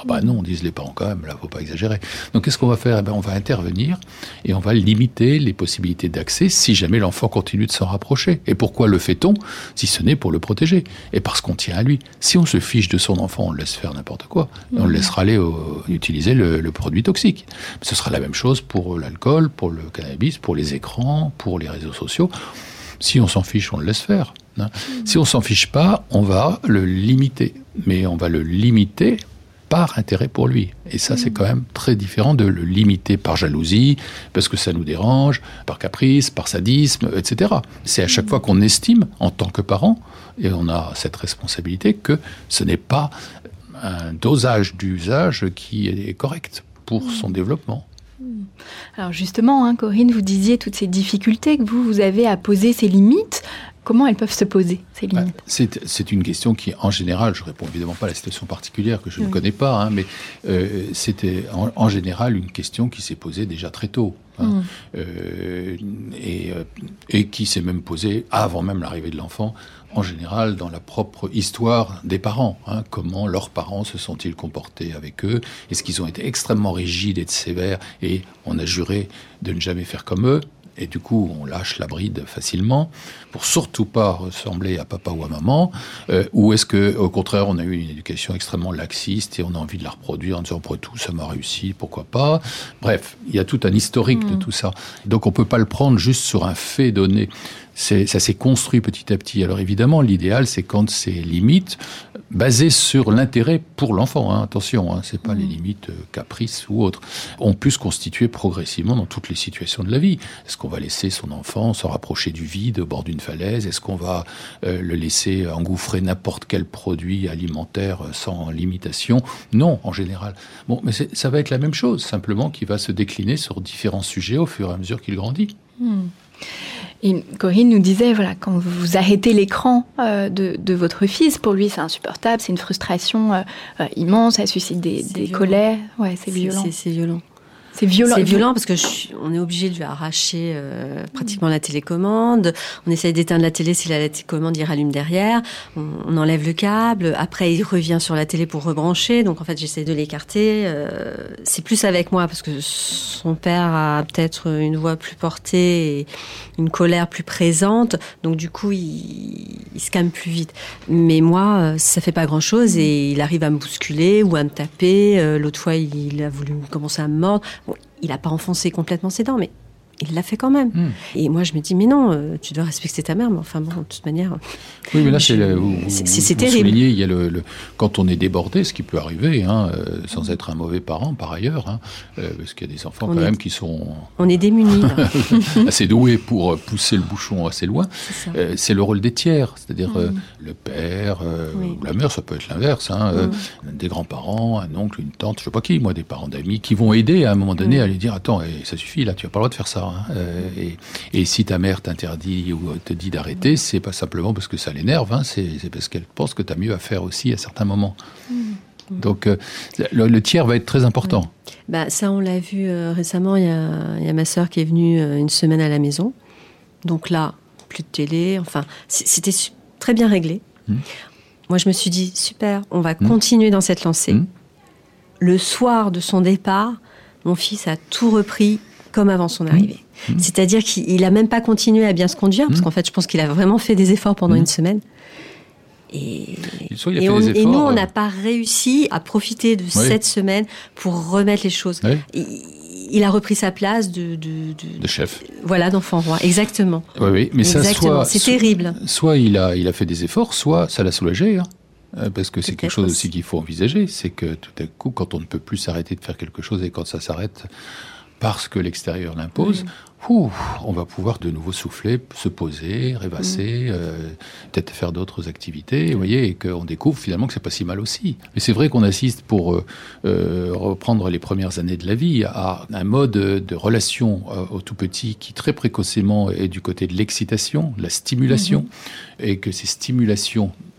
Non, disent les parents quand même, là, faut pas exagérer. Donc qu'est-ce qu'on va faire ? On va intervenir et on va limiter les possibilités d'accès si jamais l'enfant continue de s'en rapprocher. Et pourquoi le fait-on ? Si ce n'est pour le protéger. Et parce qu'on tient à lui. Si on se fiche de son enfant, on le laisse faire n'importe quoi. Et on le laissera aller utiliser le produit toxique. Ce sera la même chose pour l'alcool, pour le cannabis, pour les écrans, pour les réseaux sociaux. Si on s'en fiche, on le laisse faire. Si on s'en fiche pas, on va le limiter. Mais on va le limiter par intérêt pour lui. Et ça, c'est quand même très différent de le limiter par jalousie, parce que ça nous dérange, par caprice, par sadisme, etc. C'est à chaque fois qu'on estime, en tant que parent, et on a cette responsabilité, que ce n'est pas un dosage d'usage qui est correct pour son développement. Alors justement, Corinne, vous disiez toutes ces difficultés que vous avez à poser ces limites. Comment elles peuvent se poser, ces limites ? C'est une question qui, en général, je ne réponds évidemment pas à la situation particulière que je ne connais pas, mais c'était en général une question qui s'est posée déjà très tôt. Et qui s'est même posée avant même l'arrivée de l'enfant, en général dans la propre histoire des parents. Comment leurs parents se sont-ils comportés avec eux ? Est-ce qu'ils ont été extrêmement rigides et sévères et on a juré de ne jamais faire comme eux ? Et du coup, on lâche la bride facilement pour surtout pas ressembler à papa ou à maman. Ou est-ce que, au contraire, on a eu une éducation extrêmement laxiste et on a envie de la reproduire en disant après tout, ça m'a réussi, pourquoi pas ? Bref, il y a tout un historique de tout ça. Donc, on peut pas le prendre juste sur un fait donné. Ça s'est construit petit à petit. Alors évidemment, l'idéal, c'est quand ces limites, basées sur l'intérêt pour l'enfant, attention, c'est pas les limites caprices ou autres, ont pu se constituer progressivement dans toutes les situations de la vie. Est-ce qu'on va laisser son enfant se rapprocher du vide au bord d'une falaise ? Est-ce qu'on va le laisser engouffrer n'importe quel produit alimentaire sans limitation ? Non, en général. Bon, mais ça va être la même chose, simplement qui va se décliner sur différents sujets au fur et à mesure qu'il grandit. Et Corinne nous disait, quand vous arrêtez l'écran de votre fils, pour lui c'est insupportable, c'est une frustration immense, ça suscite des colères. Ouais, c'est violent. C'est violent. C'est violent. C'est violent parce que on est obligé de lui arracher pratiquement la télécommande. On essaye d'éteindre la télé si la télécommande il rallume derrière. On enlève le câble. Après, il revient sur la télé pour rebrancher. Donc en fait, j'essaie de l'écarter. C'est plus avec moi parce que son père a peut-être une voix plus portée et une colère plus présente. Donc du coup, il se calme plus vite. Mais moi, ça fait pas grand-chose et il arrive à me bousculer ou à me taper. L'autre fois, il a voulu commencer à me mordre. Bon, il n'a pas enfoncé complètement ses dents, mais il l'a fait quand même. Et moi, je me dis, mais non, tu dois respecter ta mère. Mais enfin bon, de toute manière... Oui, mais là, c'est terrible. Souligné, il y a quand on est débordé, ce qui peut arriver, sans être un mauvais parent, par ailleurs, parce qu'il y a des enfants quand même qui sont... On est démunis. assez doués pour pousser le bouchon assez loin. C'est le rôle des tiers, c'est-à-dire le père, ou la mère, ça peut être l'inverse, des grands-parents, un oncle, une tante, je sais pas qui, moi, des parents d'amis, qui vont aider à un moment donné à lui dire, attends, ça suffit, là, tu n'as pas le droit de faire ça. Et si ta mère t'interdit ou te dit d'arrêter, c'est pas simplement parce que ça l'énerve, c'est parce qu'elle pense que tu as mieux à faire aussi à certains moments. Donc le tiers va être très important. Ça, on l'a vu récemment, il y a ma sœur qui est venue une semaine à la maison. Donc là, plus de télé, enfin, c'était très bien réglé. Moi, je me suis dit, super, on va continuer dans cette lancée. Le soir de son départ, mon fils a tout repris comme avant son arrivée. C'est-à-dire qu'il n'a même pas continué à bien se conduire, parce qu'en fait, je pense qu'il a vraiment fait des efforts pendant une semaine. Et nous, on n'a pas réussi à profiter de cette semaine pour remettre les choses. Il a repris sa place de chef. Voilà, d'enfant roi, exactement. Oui, mais exactement. C'est terrible. Soit il a fait des efforts, soit ça l'a soulagé. Parce que c'est quelque chose aussi qu'il faut envisager. C'est que tout à coup, quand on ne peut plus s'arrêter de faire quelque chose et quand ça s'arrête parce que l'extérieur l'impose, on va pouvoir de nouveau souffler, se poser, rêvasser, peut-être faire d'autres activités, vous voyez, et qu'on découvre finalement que c'est pas si mal aussi. Mais c'est vrai qu'on assiste, pour reprendre les premières années de la vie, à un mode de relation au tout petit qui très précocement est du côté de l'excitation, de la stimulation, et que ces stimulations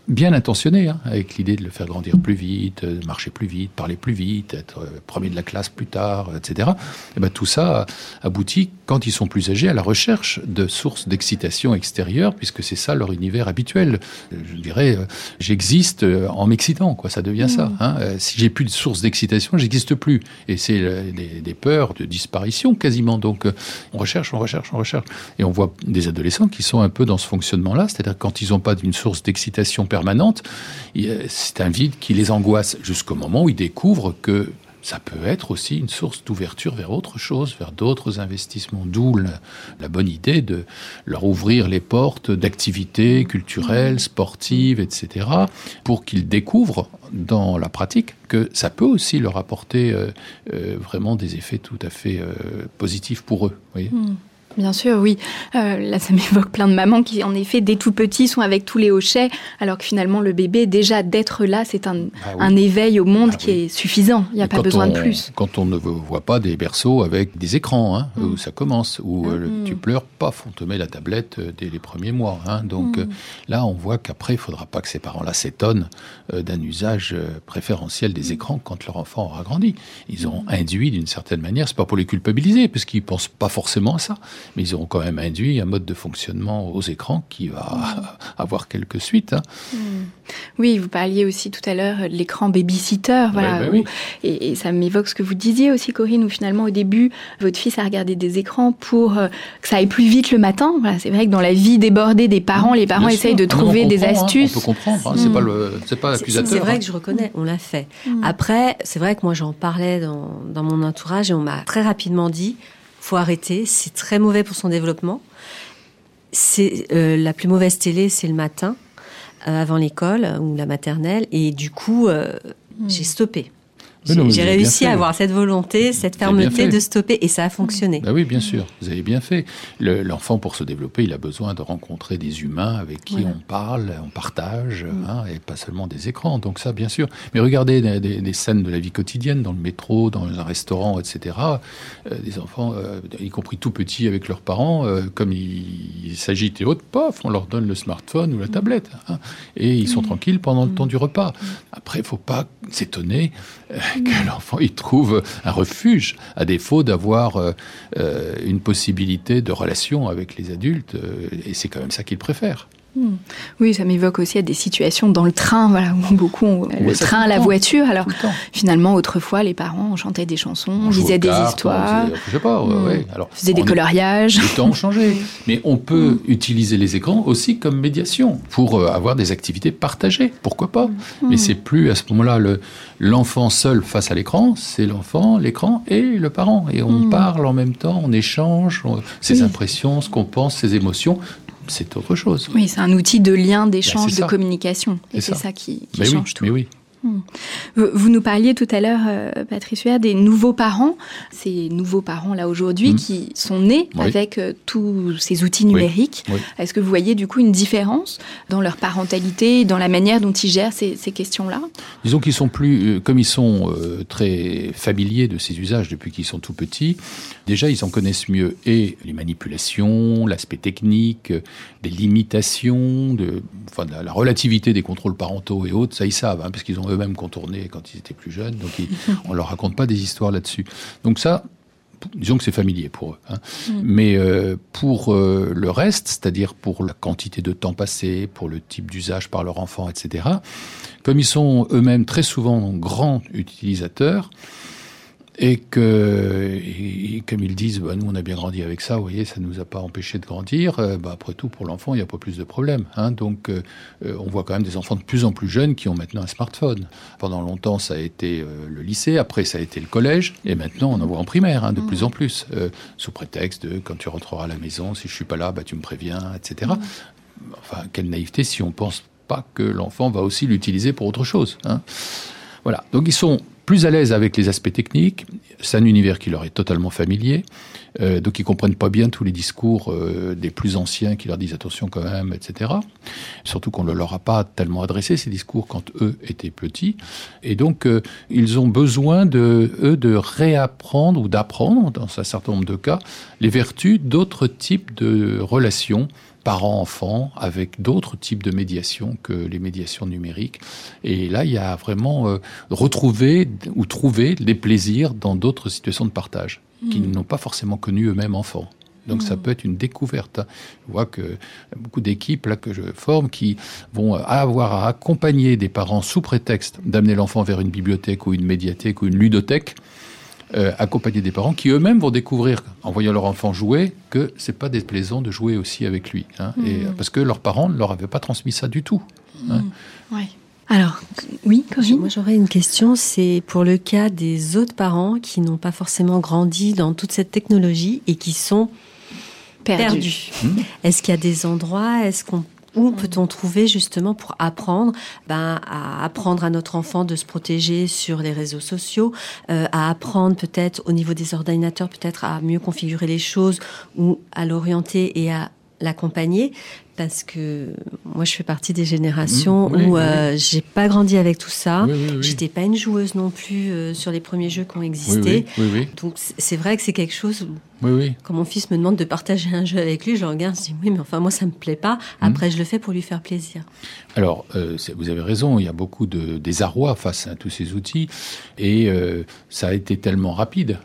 bien intentionné, avec l'idée de le faire grandir plus vite, marcher plus vite, parler plus vite, être premier de la classe plus tard, etc. Et ben, tout ça aboutit, quand ils sont plus âgés, à la recherche de sources d'excitation extérieure, puisque c'est ça leur univers habituel. Je dirais, j'existe en m'excitant, quoi. Ça devient ça. Si j'ai plus de sources d'excitation, j'existe plus. Et c'est des peurs de disparition quasiment. Donc, on recherche. Et on voit des adolescents qui sont un peu dans ce fonctionnement-là, c'est-à-dire quand ils n'ont pas d'une source d'excitation permanente, c'est un vide qui les angoisse jusqu'au moment où ils découvrent que ça peut être aussi une source d'ouverture vers autre chose, vers d'autres investissements. D'où la bonne idée de leur ouvrir les portes d'activités culturelles, sportives, etc., pour qu'ils découvrent dans la pratique que ça peut aussi leur apporter vraiment des effets tout à fait positifs pour eux. Vous voyez ? Bien sûr, oui. Là, ça m'évoque plein de mamans qui, en effet, dès tout petits, sont avec tous les hochets, alors que finalement, le bébé, déjà, d'être là, c'est un éveil au monde qui est suffisant. Il n'y a pas besoin de plus. Quand on ne voit pas des berceaux avec des écrans, où ça commence, où tu pleures, paf, on te met la tablette dès les premiers mois. Donc là, on voit qu'après, il ne faudra pas que ces parents-là s'étonnent d'un usage préférentiel des écrans quand leur enfant aura grandi. Ils auront induit, d'une certaine manière, c'est pas pour les culpabiliser, parce qu'ils ne pensent pas forcément à ça, mais ils auront quand même induit un mode de fonctionnement aux écrans qui va avoir quelques suites. Oui, vous parliez aussi tout à l'heure de l'écran babysitter, et ça m'évoque ce que vous disiez aussi, Corinne, où finalement au début, votre fils a regardé des écrans pour que ça aille plus vite le matin. Voilà, c'est vrai que dans la vie débordée des parents, les parents essayent de trouver des astuces. On peut comprendre, c'est pas accusateur. C'est vrai que je reconnais, on l'a fait. Après, c'est vrai que moi j'en parlais dans mon entourage et on m'a très rapidement dit, faut arrêter, c'est très mauvais pour son développement. C'est la plus mauvaise télé, c'est le matin, avant l'école ou la maternelle, et du coup, j'ai stoppé. J'ai réussi à avoir cette volonté, cette fermeté de stopper, et ça a fonctionné. Oui, bien sûr, vous avez bien fait. L'enfant, pour se développer, il a besoin de rencontrer des humains avec qui on parle, on partage, et pas seulement des écrans. Donc ça, bien sûr. Mais regardez des scènes de la vie quotidienne, dans le métro, dans un restaurant, etc. Des enfants, y compris tout petits avec leurs parents, comme ils s'agitent et autres, paf, on leur donne le smartphone ou la tablette. Et ils sont tranquilles pendant le temps du repas. Après, il ne faut pas s'étonner que l'enfant il trouve un refuge, à défaut d'avoir une possibilité de relation avec les adultes, et c'est quand même ça qu'il préfère. Oui, ça m'évoque aussi à des situations dans le train, où beaucoup ont le train, la voiture. Alors, finalement, autrefois, les parents chantaient des chansons, lisaient des histoires, faisaient des coloriages. Les temps ont changé. Mais on peut utiliser les écrans aussi comme médiation pour avoir des activités partagées. Pourquoi pas ? Mais c'est plus à ce moment-là l'enfant seul face à l'écran, c'est l'enfant, l'écran et le parent. Et on parle en même temps, on échange ses impressions, ce qu'on pense, ses émotions. C'est autre chose. Oui, c'est un outil de lien, d'échange, de communication. Et c'est ça qui change tout. Mais oui. Vous nous parliez tout à l'heure, Patrice Huert, des nouveaux parents. Ces nouveaux parents-là aujourd'hui qui sont nés avec tous ces outils numériques. Oui. Est-ce que vous voyez du coup une différence dans leur parentalité, dans la manière dont ils gèrent ces questions-là ? Disons qu'ils sont plus, comme ils sont très familiers de ces usages depuis qu'ils sont tout petits, déjà ils en connaissent mieux et les manipulations, l'aspect technique, des limitations, la relativité des contrôles parentaux et autres, ça ils savent, parce qu'ils ont eux-mêmes contourné quand ils étaient plus jeunes, donc on leur raconte pas des histoires là-dessus. Donc ça, disons que c'est familier pour eux. Mais pour le reste, c'est-à-dire pour la quantité de temps passé, pour le type d'usage par leur enfant, etc., comme ils sont eux-mêmes très souvent grands utilisateurs, et comme ils disent, nous on a bien grandi avec ça, vous voyez, ça ne nous a pas empêché de grandir, après tout pour l'enfant il n'y a pas plus de problème. Donc on voit quand même des enfants de plus en plus jeunes qui ont maintenant un smartphone. Pendant longtemps ça a été le lycée, après ça a été le collège, et maintenant on en voit en primaire de plus en plus, sous prétexte de quand tu rentreras à la maison, si je suis pas là, tu me préviens, etc. Enfin, quelle naïveté si on pense pas que l'enfant va aussi l'utiliser pour autre chose. Voilà, donc ils sont plus à l'aise avec les aspects techniques, c'est un univers qui leur est totalement familier, donc ils comprennent pas bien tous les discours des plus anciens qui leur disent attention quand même, etc. Surtout qu'on ne leur a pas tellement adressé ces discours quand eux étaient petits, et donc ils ont besoin de réapprendre ou d'apprendre, dans un certain nombre de cas, les vertus d'autres types de relations parents-enfants avec d'autres types de médiation que les médiations numériques. Et là, il y a vraiment retrouver ou trouver des plaisirs dans d'autres situations de partage qu'ils n'ont pas forcément connu eux-mêmes enfants. Donc ça peut être une découverte. Je vois qu'il y a beaucoup d'équipes là que je forme qui vont avoir à accompagner des parents sous prétexte d'amener l'enfant vers une bibliothèque ou une médiathèque ou une ludothèque, accompagner des parents qui eux-mêmes vont découvrir, en voyant leur enfant jouer, que c'est pas déplaisant de jouer aussi avec lui. Et, parce que leurs parents ne leur avaient pas transmis ça du tout. Ouais. Alors, oui, Corinne ? Moi, j'aurais une question, c'est pour le cas des autres parents qui n'ont pas forcément grandi dans toute cette technologie et qui sont perdus. Est-ce qu'il y a des endroits, où peut-on trouver justement pour apprendre à apprendre à notre enfant de se protéger sur les réseaux sociaux, à apprendre peut-être au niveau des ordinateurs, peut-être à mieux configurer les choses ou à l'orienter et à l'accompagner, parce que moi je fais partie des générations où j'ai pas grandi avec tout ça. J'étais pas une joueuse non plus sur les premiers jeux qui ont existé. Donc c'est vrai que c'est quelque chose quand mon fils me demande de partager un jeu avec lui, je le regarde, je dis oui, mais enfin moi ça me plaît pas. Après je le fais pour lui faire plaisir. Alors vous avez raison, il y a beaucoup de désarroi face à tous ces outils et ça a été tellement rapide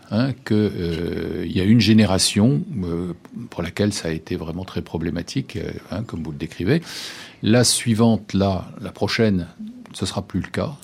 que il y a une génération pour laquelle ça a été vraiment très problématique, comme vous le décrivez. La suivante, la prochaine, ce sera plus le cas.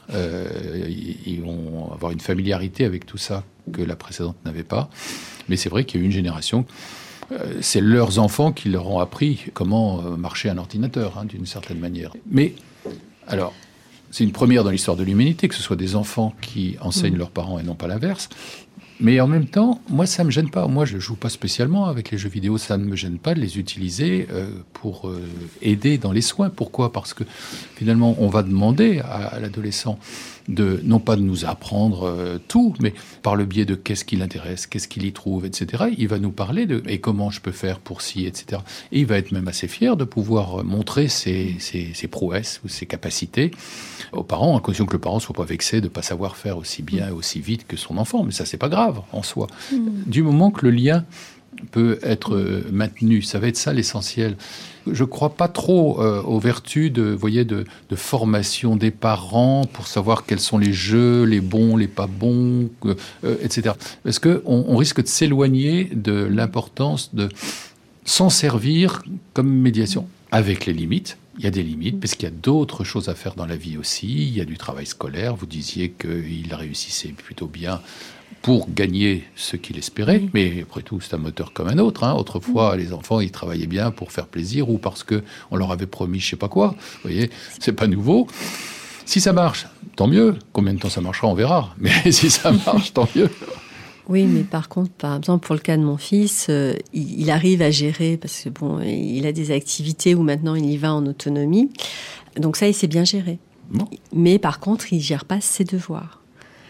Ils vont avoir une familiarité avec tout ça que la précédente n'avait pas. Mais c'est vrai qu'il y a eu une génération, c'est leurs enfants qui leur ont appris comment marchait un ordinateur, d'une certaine manière. Mais, alors, c'est une première dans l'histoire de l'humanité, que ce soit des enfants qui enseignent leurs parents et non pas l'inverse. Mais en même temps, moi, ça ne me gêne pas. Moi, je ne joue pas spécialement avec les jeux vidéo. Ça ne me gêne pas de les utiliser pour aider dans les soins. Pourquoi ? Parce que finalement, on va demander à l'adolescent non pas de nous apprendre tout, mais par le biais de qu'est-ce qui l'intéresse, qu'est-ce qu'il y trouve, etc. Il va nous parler de et comment je peux faire pour ci, etc. Et il va être même assez fier de pouvoir montrer ses prouesses ou ses capacités aux parents, à condition que le parent ne soit pas vexé de ne pas savoir faire aussi bien et aussi vite que son enfant. Mais ça, c'est pas grave en soi. Du moment que le lien peut être maintenu, ça va être ça l'essentiel. Je ne crois pas trop aux vertus de formation des parents pour savoir quels sont les jeux, les bons, les pas bons, etc. Parce qu'on risque de s'éloigner de l'importance de s'en servir comme médiation, avec les limites. Il y a des limites, parce qu'il y a d'autres choses à faire dans la vie aussi. Il y a du travail scolaire. Vous disiez qu'il réussissait plutôt bien pour gagner ce qu'il espérait. Mais après tout, c'est un moteur comme un autre. Autrefois, les enfants, ils travaillaient bien pour faire plaisir ou parce qu'on leur avait promis je sais pas quoi. Vous voyez, c'est pas nouveau. Si ça marche, tant mieux. Combien de temps ça marchera, on verra. Mais si ça marche, tant mieux. Oui, mais par contre, par exemple, pour le cas de mon fils, il arrive à gérer, parce que il a des activités où maintenant il y va en autonomie. Donc ça, il sait bien gérer. Bon. Mais par contre, il gère pas ses devoirs.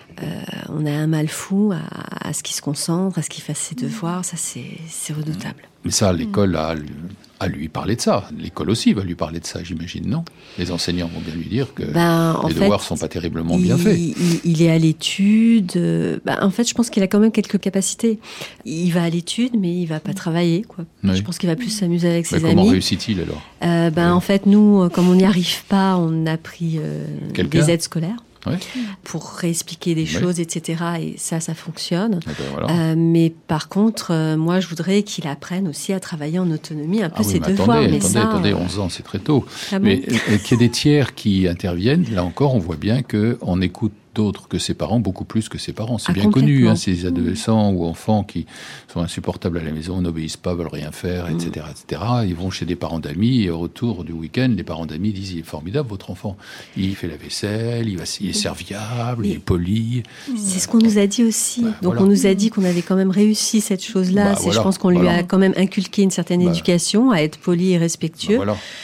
On a un mal fou à ce qu'il se concentre, à ce qu'il fasse ses devoirs. Ça, c'est redoutable. Mais ça, l'école a lui parler de ça. L'école aussi va lui parler de ça, j'imagine, non ? Les enseignants vont bien lui dire que les devoirs sont pas terriblement bien faits. Il est à l'étude. En fait, je pense qu'il a quand même quelques capacités. Il va à l'étude, mais il va pas travailler, quoi. Oui. Je pense qu'il va plus s'amuser avec ses amis. Comment réussit-il alors ? En fait, nous, comme on n'y arrive pas, on a pris des aides scolaires. Ouais. Pour réexpliquer des choses, etc. Et ça fonctionne. Voilà. Mais par contre, moi, je voudrais qu'il apprenne aussi à travailler en autonomie, un peu ses devoirs. Attendez, 11 ans, c'est très tôt. Mais qu'il y ait des tiers qui interviennent, là encore, on voit bien qu'on écoute d'autres que ses parents, beaucoup plus que ses parents. C'est bien connu, ces adolescents ou enfants qui sont insupportables à la maison, n'obéissent pas, veulent rien faire, etc., etc. Ils vont chez des parents d'amis et au retour du week-end, les parents d'amis disent « Il est formidable, votre enfant. Il fait la vaisselle, il est serviable, il est poli. » C'est ce qu'on nous a dit aussi. Donc on nous a dit qu'on avait quand même réussi cette chose-là. Je pense qu'on lui a quand même inculqué une certaine éducation, à être poli et respectueux.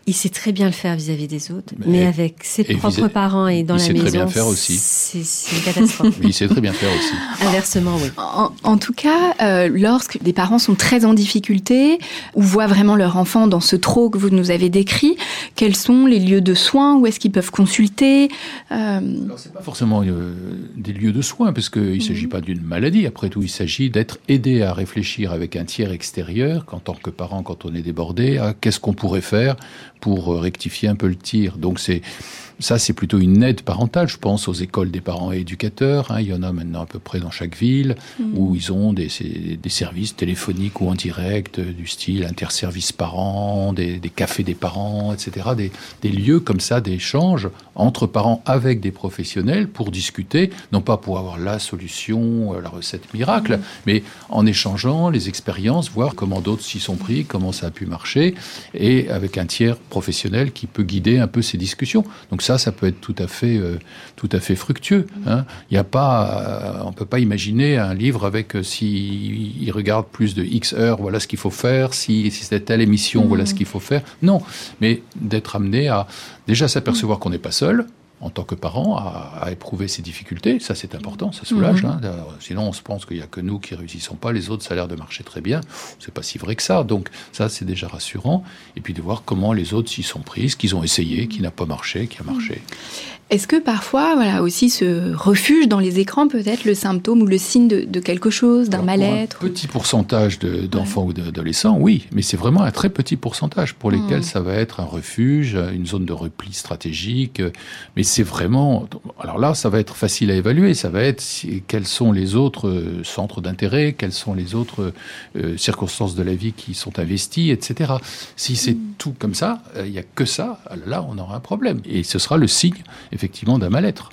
Il sait très bien le faire vis-à-vis des autres, mais avec ses propres parents et dans la maison, il sait très bien faire aussi. C'est une catastrophe. Mais il sait très bien faire aussi. Inversement, oui. En tout cas, lorsque des parents sont très en difficulté ou voient vraiment leur enfant dans ce trou que vous nous avez décrit, quels sont les lieux de soins? Où est-ce qu'ils peuvent consulter? Alors, c'est pas forcément des lieux de soins, parce qu'il ne s'agit pas d'une maladie. Après tout, il s'agit d'être aidé à réfléchir avec un tiers extérieur, qu'en tant que parent, quand on est débordé, à qu'est-ce qu'on pourrait faire pour rectifier un peu le tir. Donc c'est plutôt une aide parentale. Je pense aux écoles des parents et éducateurs. Il y en a maintenant à peu près dans chaque ville où ils ont des services téléphoniques ou en direct du style interservices parents, des cafés des parents, etc. Des lieux comme ça d'échange entre parents avec des professionnels pour discuter, non pas pour avoir la solution, la recette miracle, mais en échangeant les expériences, voir comment d'autres s'y sont pris, comment ça a pu marcher, et avec un tiers professionnel qui peut guider un peu ces discussions. Donc ça peut être tout à fait fructueux. On ne peut pas imaginer un livre avec s'il regarde plus de X heures, voilà ce qu'il faut faire, si c'est telle émission, voilà ce qu'il faut faire. Non, mais d'être amené à déjà s'apercevoir qu'on n'est pas seul, en tant que parent, à éprouver ces difficultés. Ça, c'est important, ça soulage. Sinon, on se pense qu'il n'y a que nous qui ne réussissons pas. Les autres, ça a l'air de marcher très bien. C'est pas si vrai que ça. Donc, ça, c'est déjà rassurant. Et puis, de voir comment les autres s'y sont pris, ce qu'ils ont essayé, qui n'a pas marché, qui a marché. Est-ce que parfois, aussi ce refuge dans les écrans peut être le symptôme ou le signe de quelque chose, d'un mal-être? Un petit pourcentage d'enfants ou d'adolescents, oui. Mais c'est vraiment un très petit pourcentage pour lesquels ça va être un refuge, une zone de repli stratégique. Mais c'est vraiment... Alors là, ça va être facile à évaluer. Ça va être quels sont les autres centres d'intérêt, quelles sont les autres circonstances de la vie qui sont investies, etc. Si c'est tout comme ça, il n'y a que ça, là, on aura un problème. Et ce sera le signe, effectivement, d'un mal-être.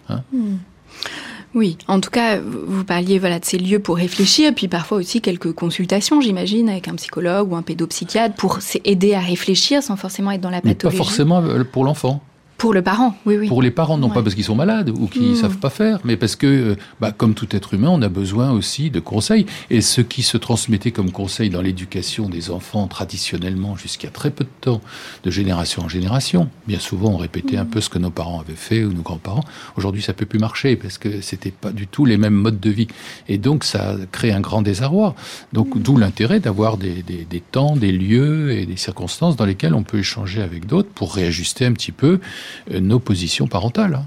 Oui, en tout cas, vous parliez de ces lieux pour réfléchir, puis parfois aussi quelques consultations, j'imagine, avec un psychologue ou un pédopsychiatre pour aider à réfléchir sans forcément être dans la pathologie. Mais pas forcément pour l'enfant. Pour le parent, oui. Pour les parents, non pas parce qu'ils sont malades ou qu'ils ne savent pas faire, mais parce que, comme tout être humain, on a besoin aussi de conseils. Et ce qui se transmettait comme conseil dans l'éducation des enfants traditionnellement jusqu'à très peu de temps, de génération en génération, bien souvent on répétait un peu ce que nos parents avaient fait ou nos grands-parents. Aujourd'hui, ça ne peut plus marcher parce que ce n'était pas du tout les mêmes modes de vie. Et donc, ça crée un grand désarroi. Donc, d'où l'intérêt d'avoir des temps, des lieux et des circonstances dans lesquelles on peut échanger avec d'autres pour réajuster un petit peu nos positions parentales.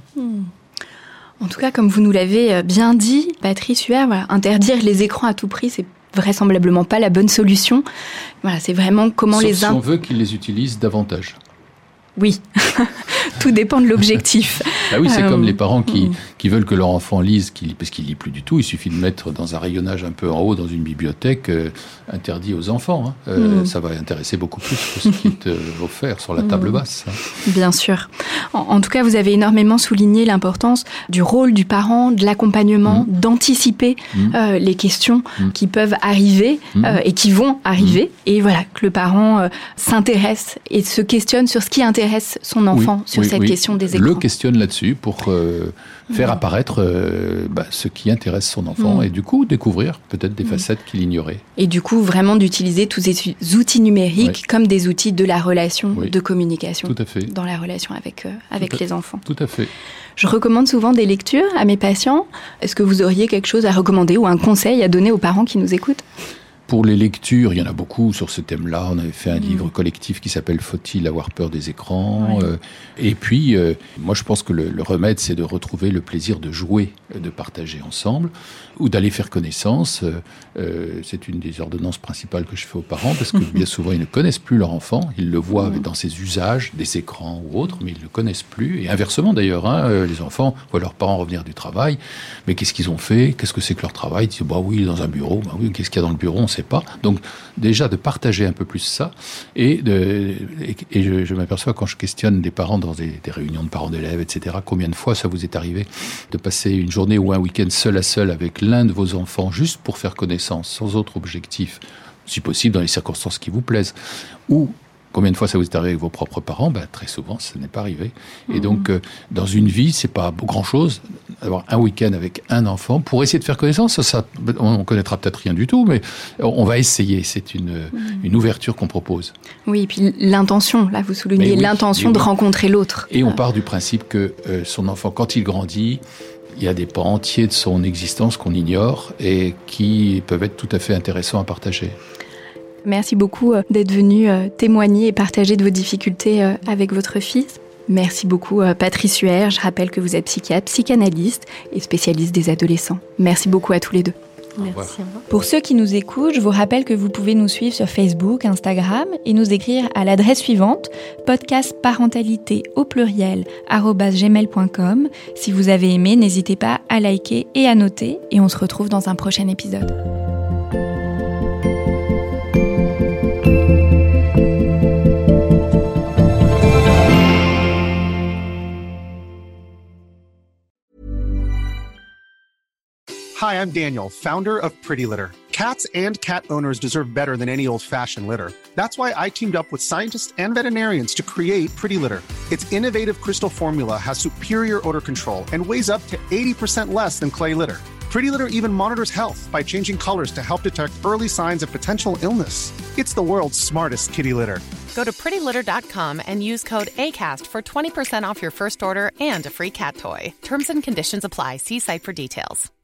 En tout cas, comme vous nous l'avez bien dit, Patrice Huer, interdire les écrans à tout prix, c'est vraisemblablement pas la bonne solution. C'est vraiment comment si on veut qu'ils les utilisent davantage. Oui, tout dépend de l'objectif. Oui, c'est comme les parents qui veulent que leur enfant lise, parce qu'il lit plus du tout. Il suffit de mettre dans un rayonnage un peu en haut dans une bibliothèque interdit aux enfants. Ça va intéresser beaucoup plus que ce qui est offert sur la table basse. Bien sûr. En tout cas, vous avez énormément souligné l'importance du rôle du parent, de l'accompagnement, d'anticiper les questions qui peuvent arriver et qui vont arriver. Et que le parent s'intéresse et se questionne sur ce qui intéresse son enfant sur cette question des écrans. Le questionne là-dessus pour faire apparaître ce qui intéresse son enfant et du coup découvrir peut-être des facettes qu'il ignorait. Et du coup vraiment d'utiliser tous ces outils numériques comme des outils de la relation, de communication. Tout à fait. Dans la relation avec les enfants. Tout à fait. Je recommande souvent des lectures à mes patients. Est-ce que vous auriez quelque chose à recommander ou un conseil à donner aux parents qui nous écoutent ? Pour les lectures, il y en a beaucoup sur ce thème-là. On avait fait un livre collectif qui s'appelle « Faut-il avoir peur des écrans ?» Et puis, moi je pense que le remède, c'est de retrouver le plaisir de jouer, de partager ensemble, ou d'aller faire connaissance. C'est une des ordonnances principales que je fais aux parents, parce que bien souvent, ils ne connaissent plus leur enfant. Ils le voient dans ses usages, des écrans ou autres, mais ils ne le connaissent plus. Et inversement d'ailleurs, les enfants voient leurs parents revenir du travail. Mais qu'est-ce qu'ils ont fait ? Qu'est-ce que c'est que leur travail ? Ils disent, oui, dans un bureau. Qu'est-ce qu'il y a dans le bureau ? On ne sait pas. Donc déjà de partager un peu plus ça et je m'aperçois quand je questionne des parents dans des réunions de parents d'élèves, etc., combien de fois ça vous est arrivé de passer une journée ou un week-end seul à seul avec l'un de vos enfants juste pour faire connaissance, sans autre objectif, si possible dans les circonstances qui vous plaisent, ou Combien de fois ça vous est arrivé avec vos propres parents ? Très souvent, ça n'est pas arrivé. Et donc, dans une vie, c'est pas grand-chose d'avoir un week-end avec un enfant pour essayer de faire connaissance. Ça, on connaîtra peut-être rien du tout, mais on va essayer. C'est une ouverture qu'on propose. Oui, et puis l'intention, là, vous soulignez l'intention de rencontrer l'autre. Et on part du principe que son enfant, quand il grandit, il y a des pans entiers de son existence qu'on ignore et qui peuvent être tout à fait intéressants à partager. Merci beaucoup d'être venu témoigner et partager de vos difficultés avec votre fils. Merci beaucoup Patrice Huer. Je rappelle que vous êtes psychiatre, psychanalyste et spécialiste des adolescents. Merci beaucoup à tous les deux. Merci. Pour ceux qui nous écoutent, je vous rappelle que vous pouvez nous suivre sur Facebook, Instagram et nous écrire à l'adresse suivante podcastparentalité@gmail.com. Si vous avez aimé, n'hésitez pas à liker et à noter et on se retrouve dans un prochain épisode. Hi, I'm Daniel, founder of Pretty Litter. Cats and cat owners deserve better than any old-fashioned litter. That's why I teamed up with scientists and veterinarians to create Pretty Litter. Its innovative crystal formula has superior odor control and weighs up to 80% less than clay litter. Pretty Litter even monitors health by changing colors to help detect early signs of potential illness. It's the world's smartest kitty litter. Go to prettylitter.com and use code ACAST for 20% off your first order and a free cat toy. Terms and conditions apply. See site for details.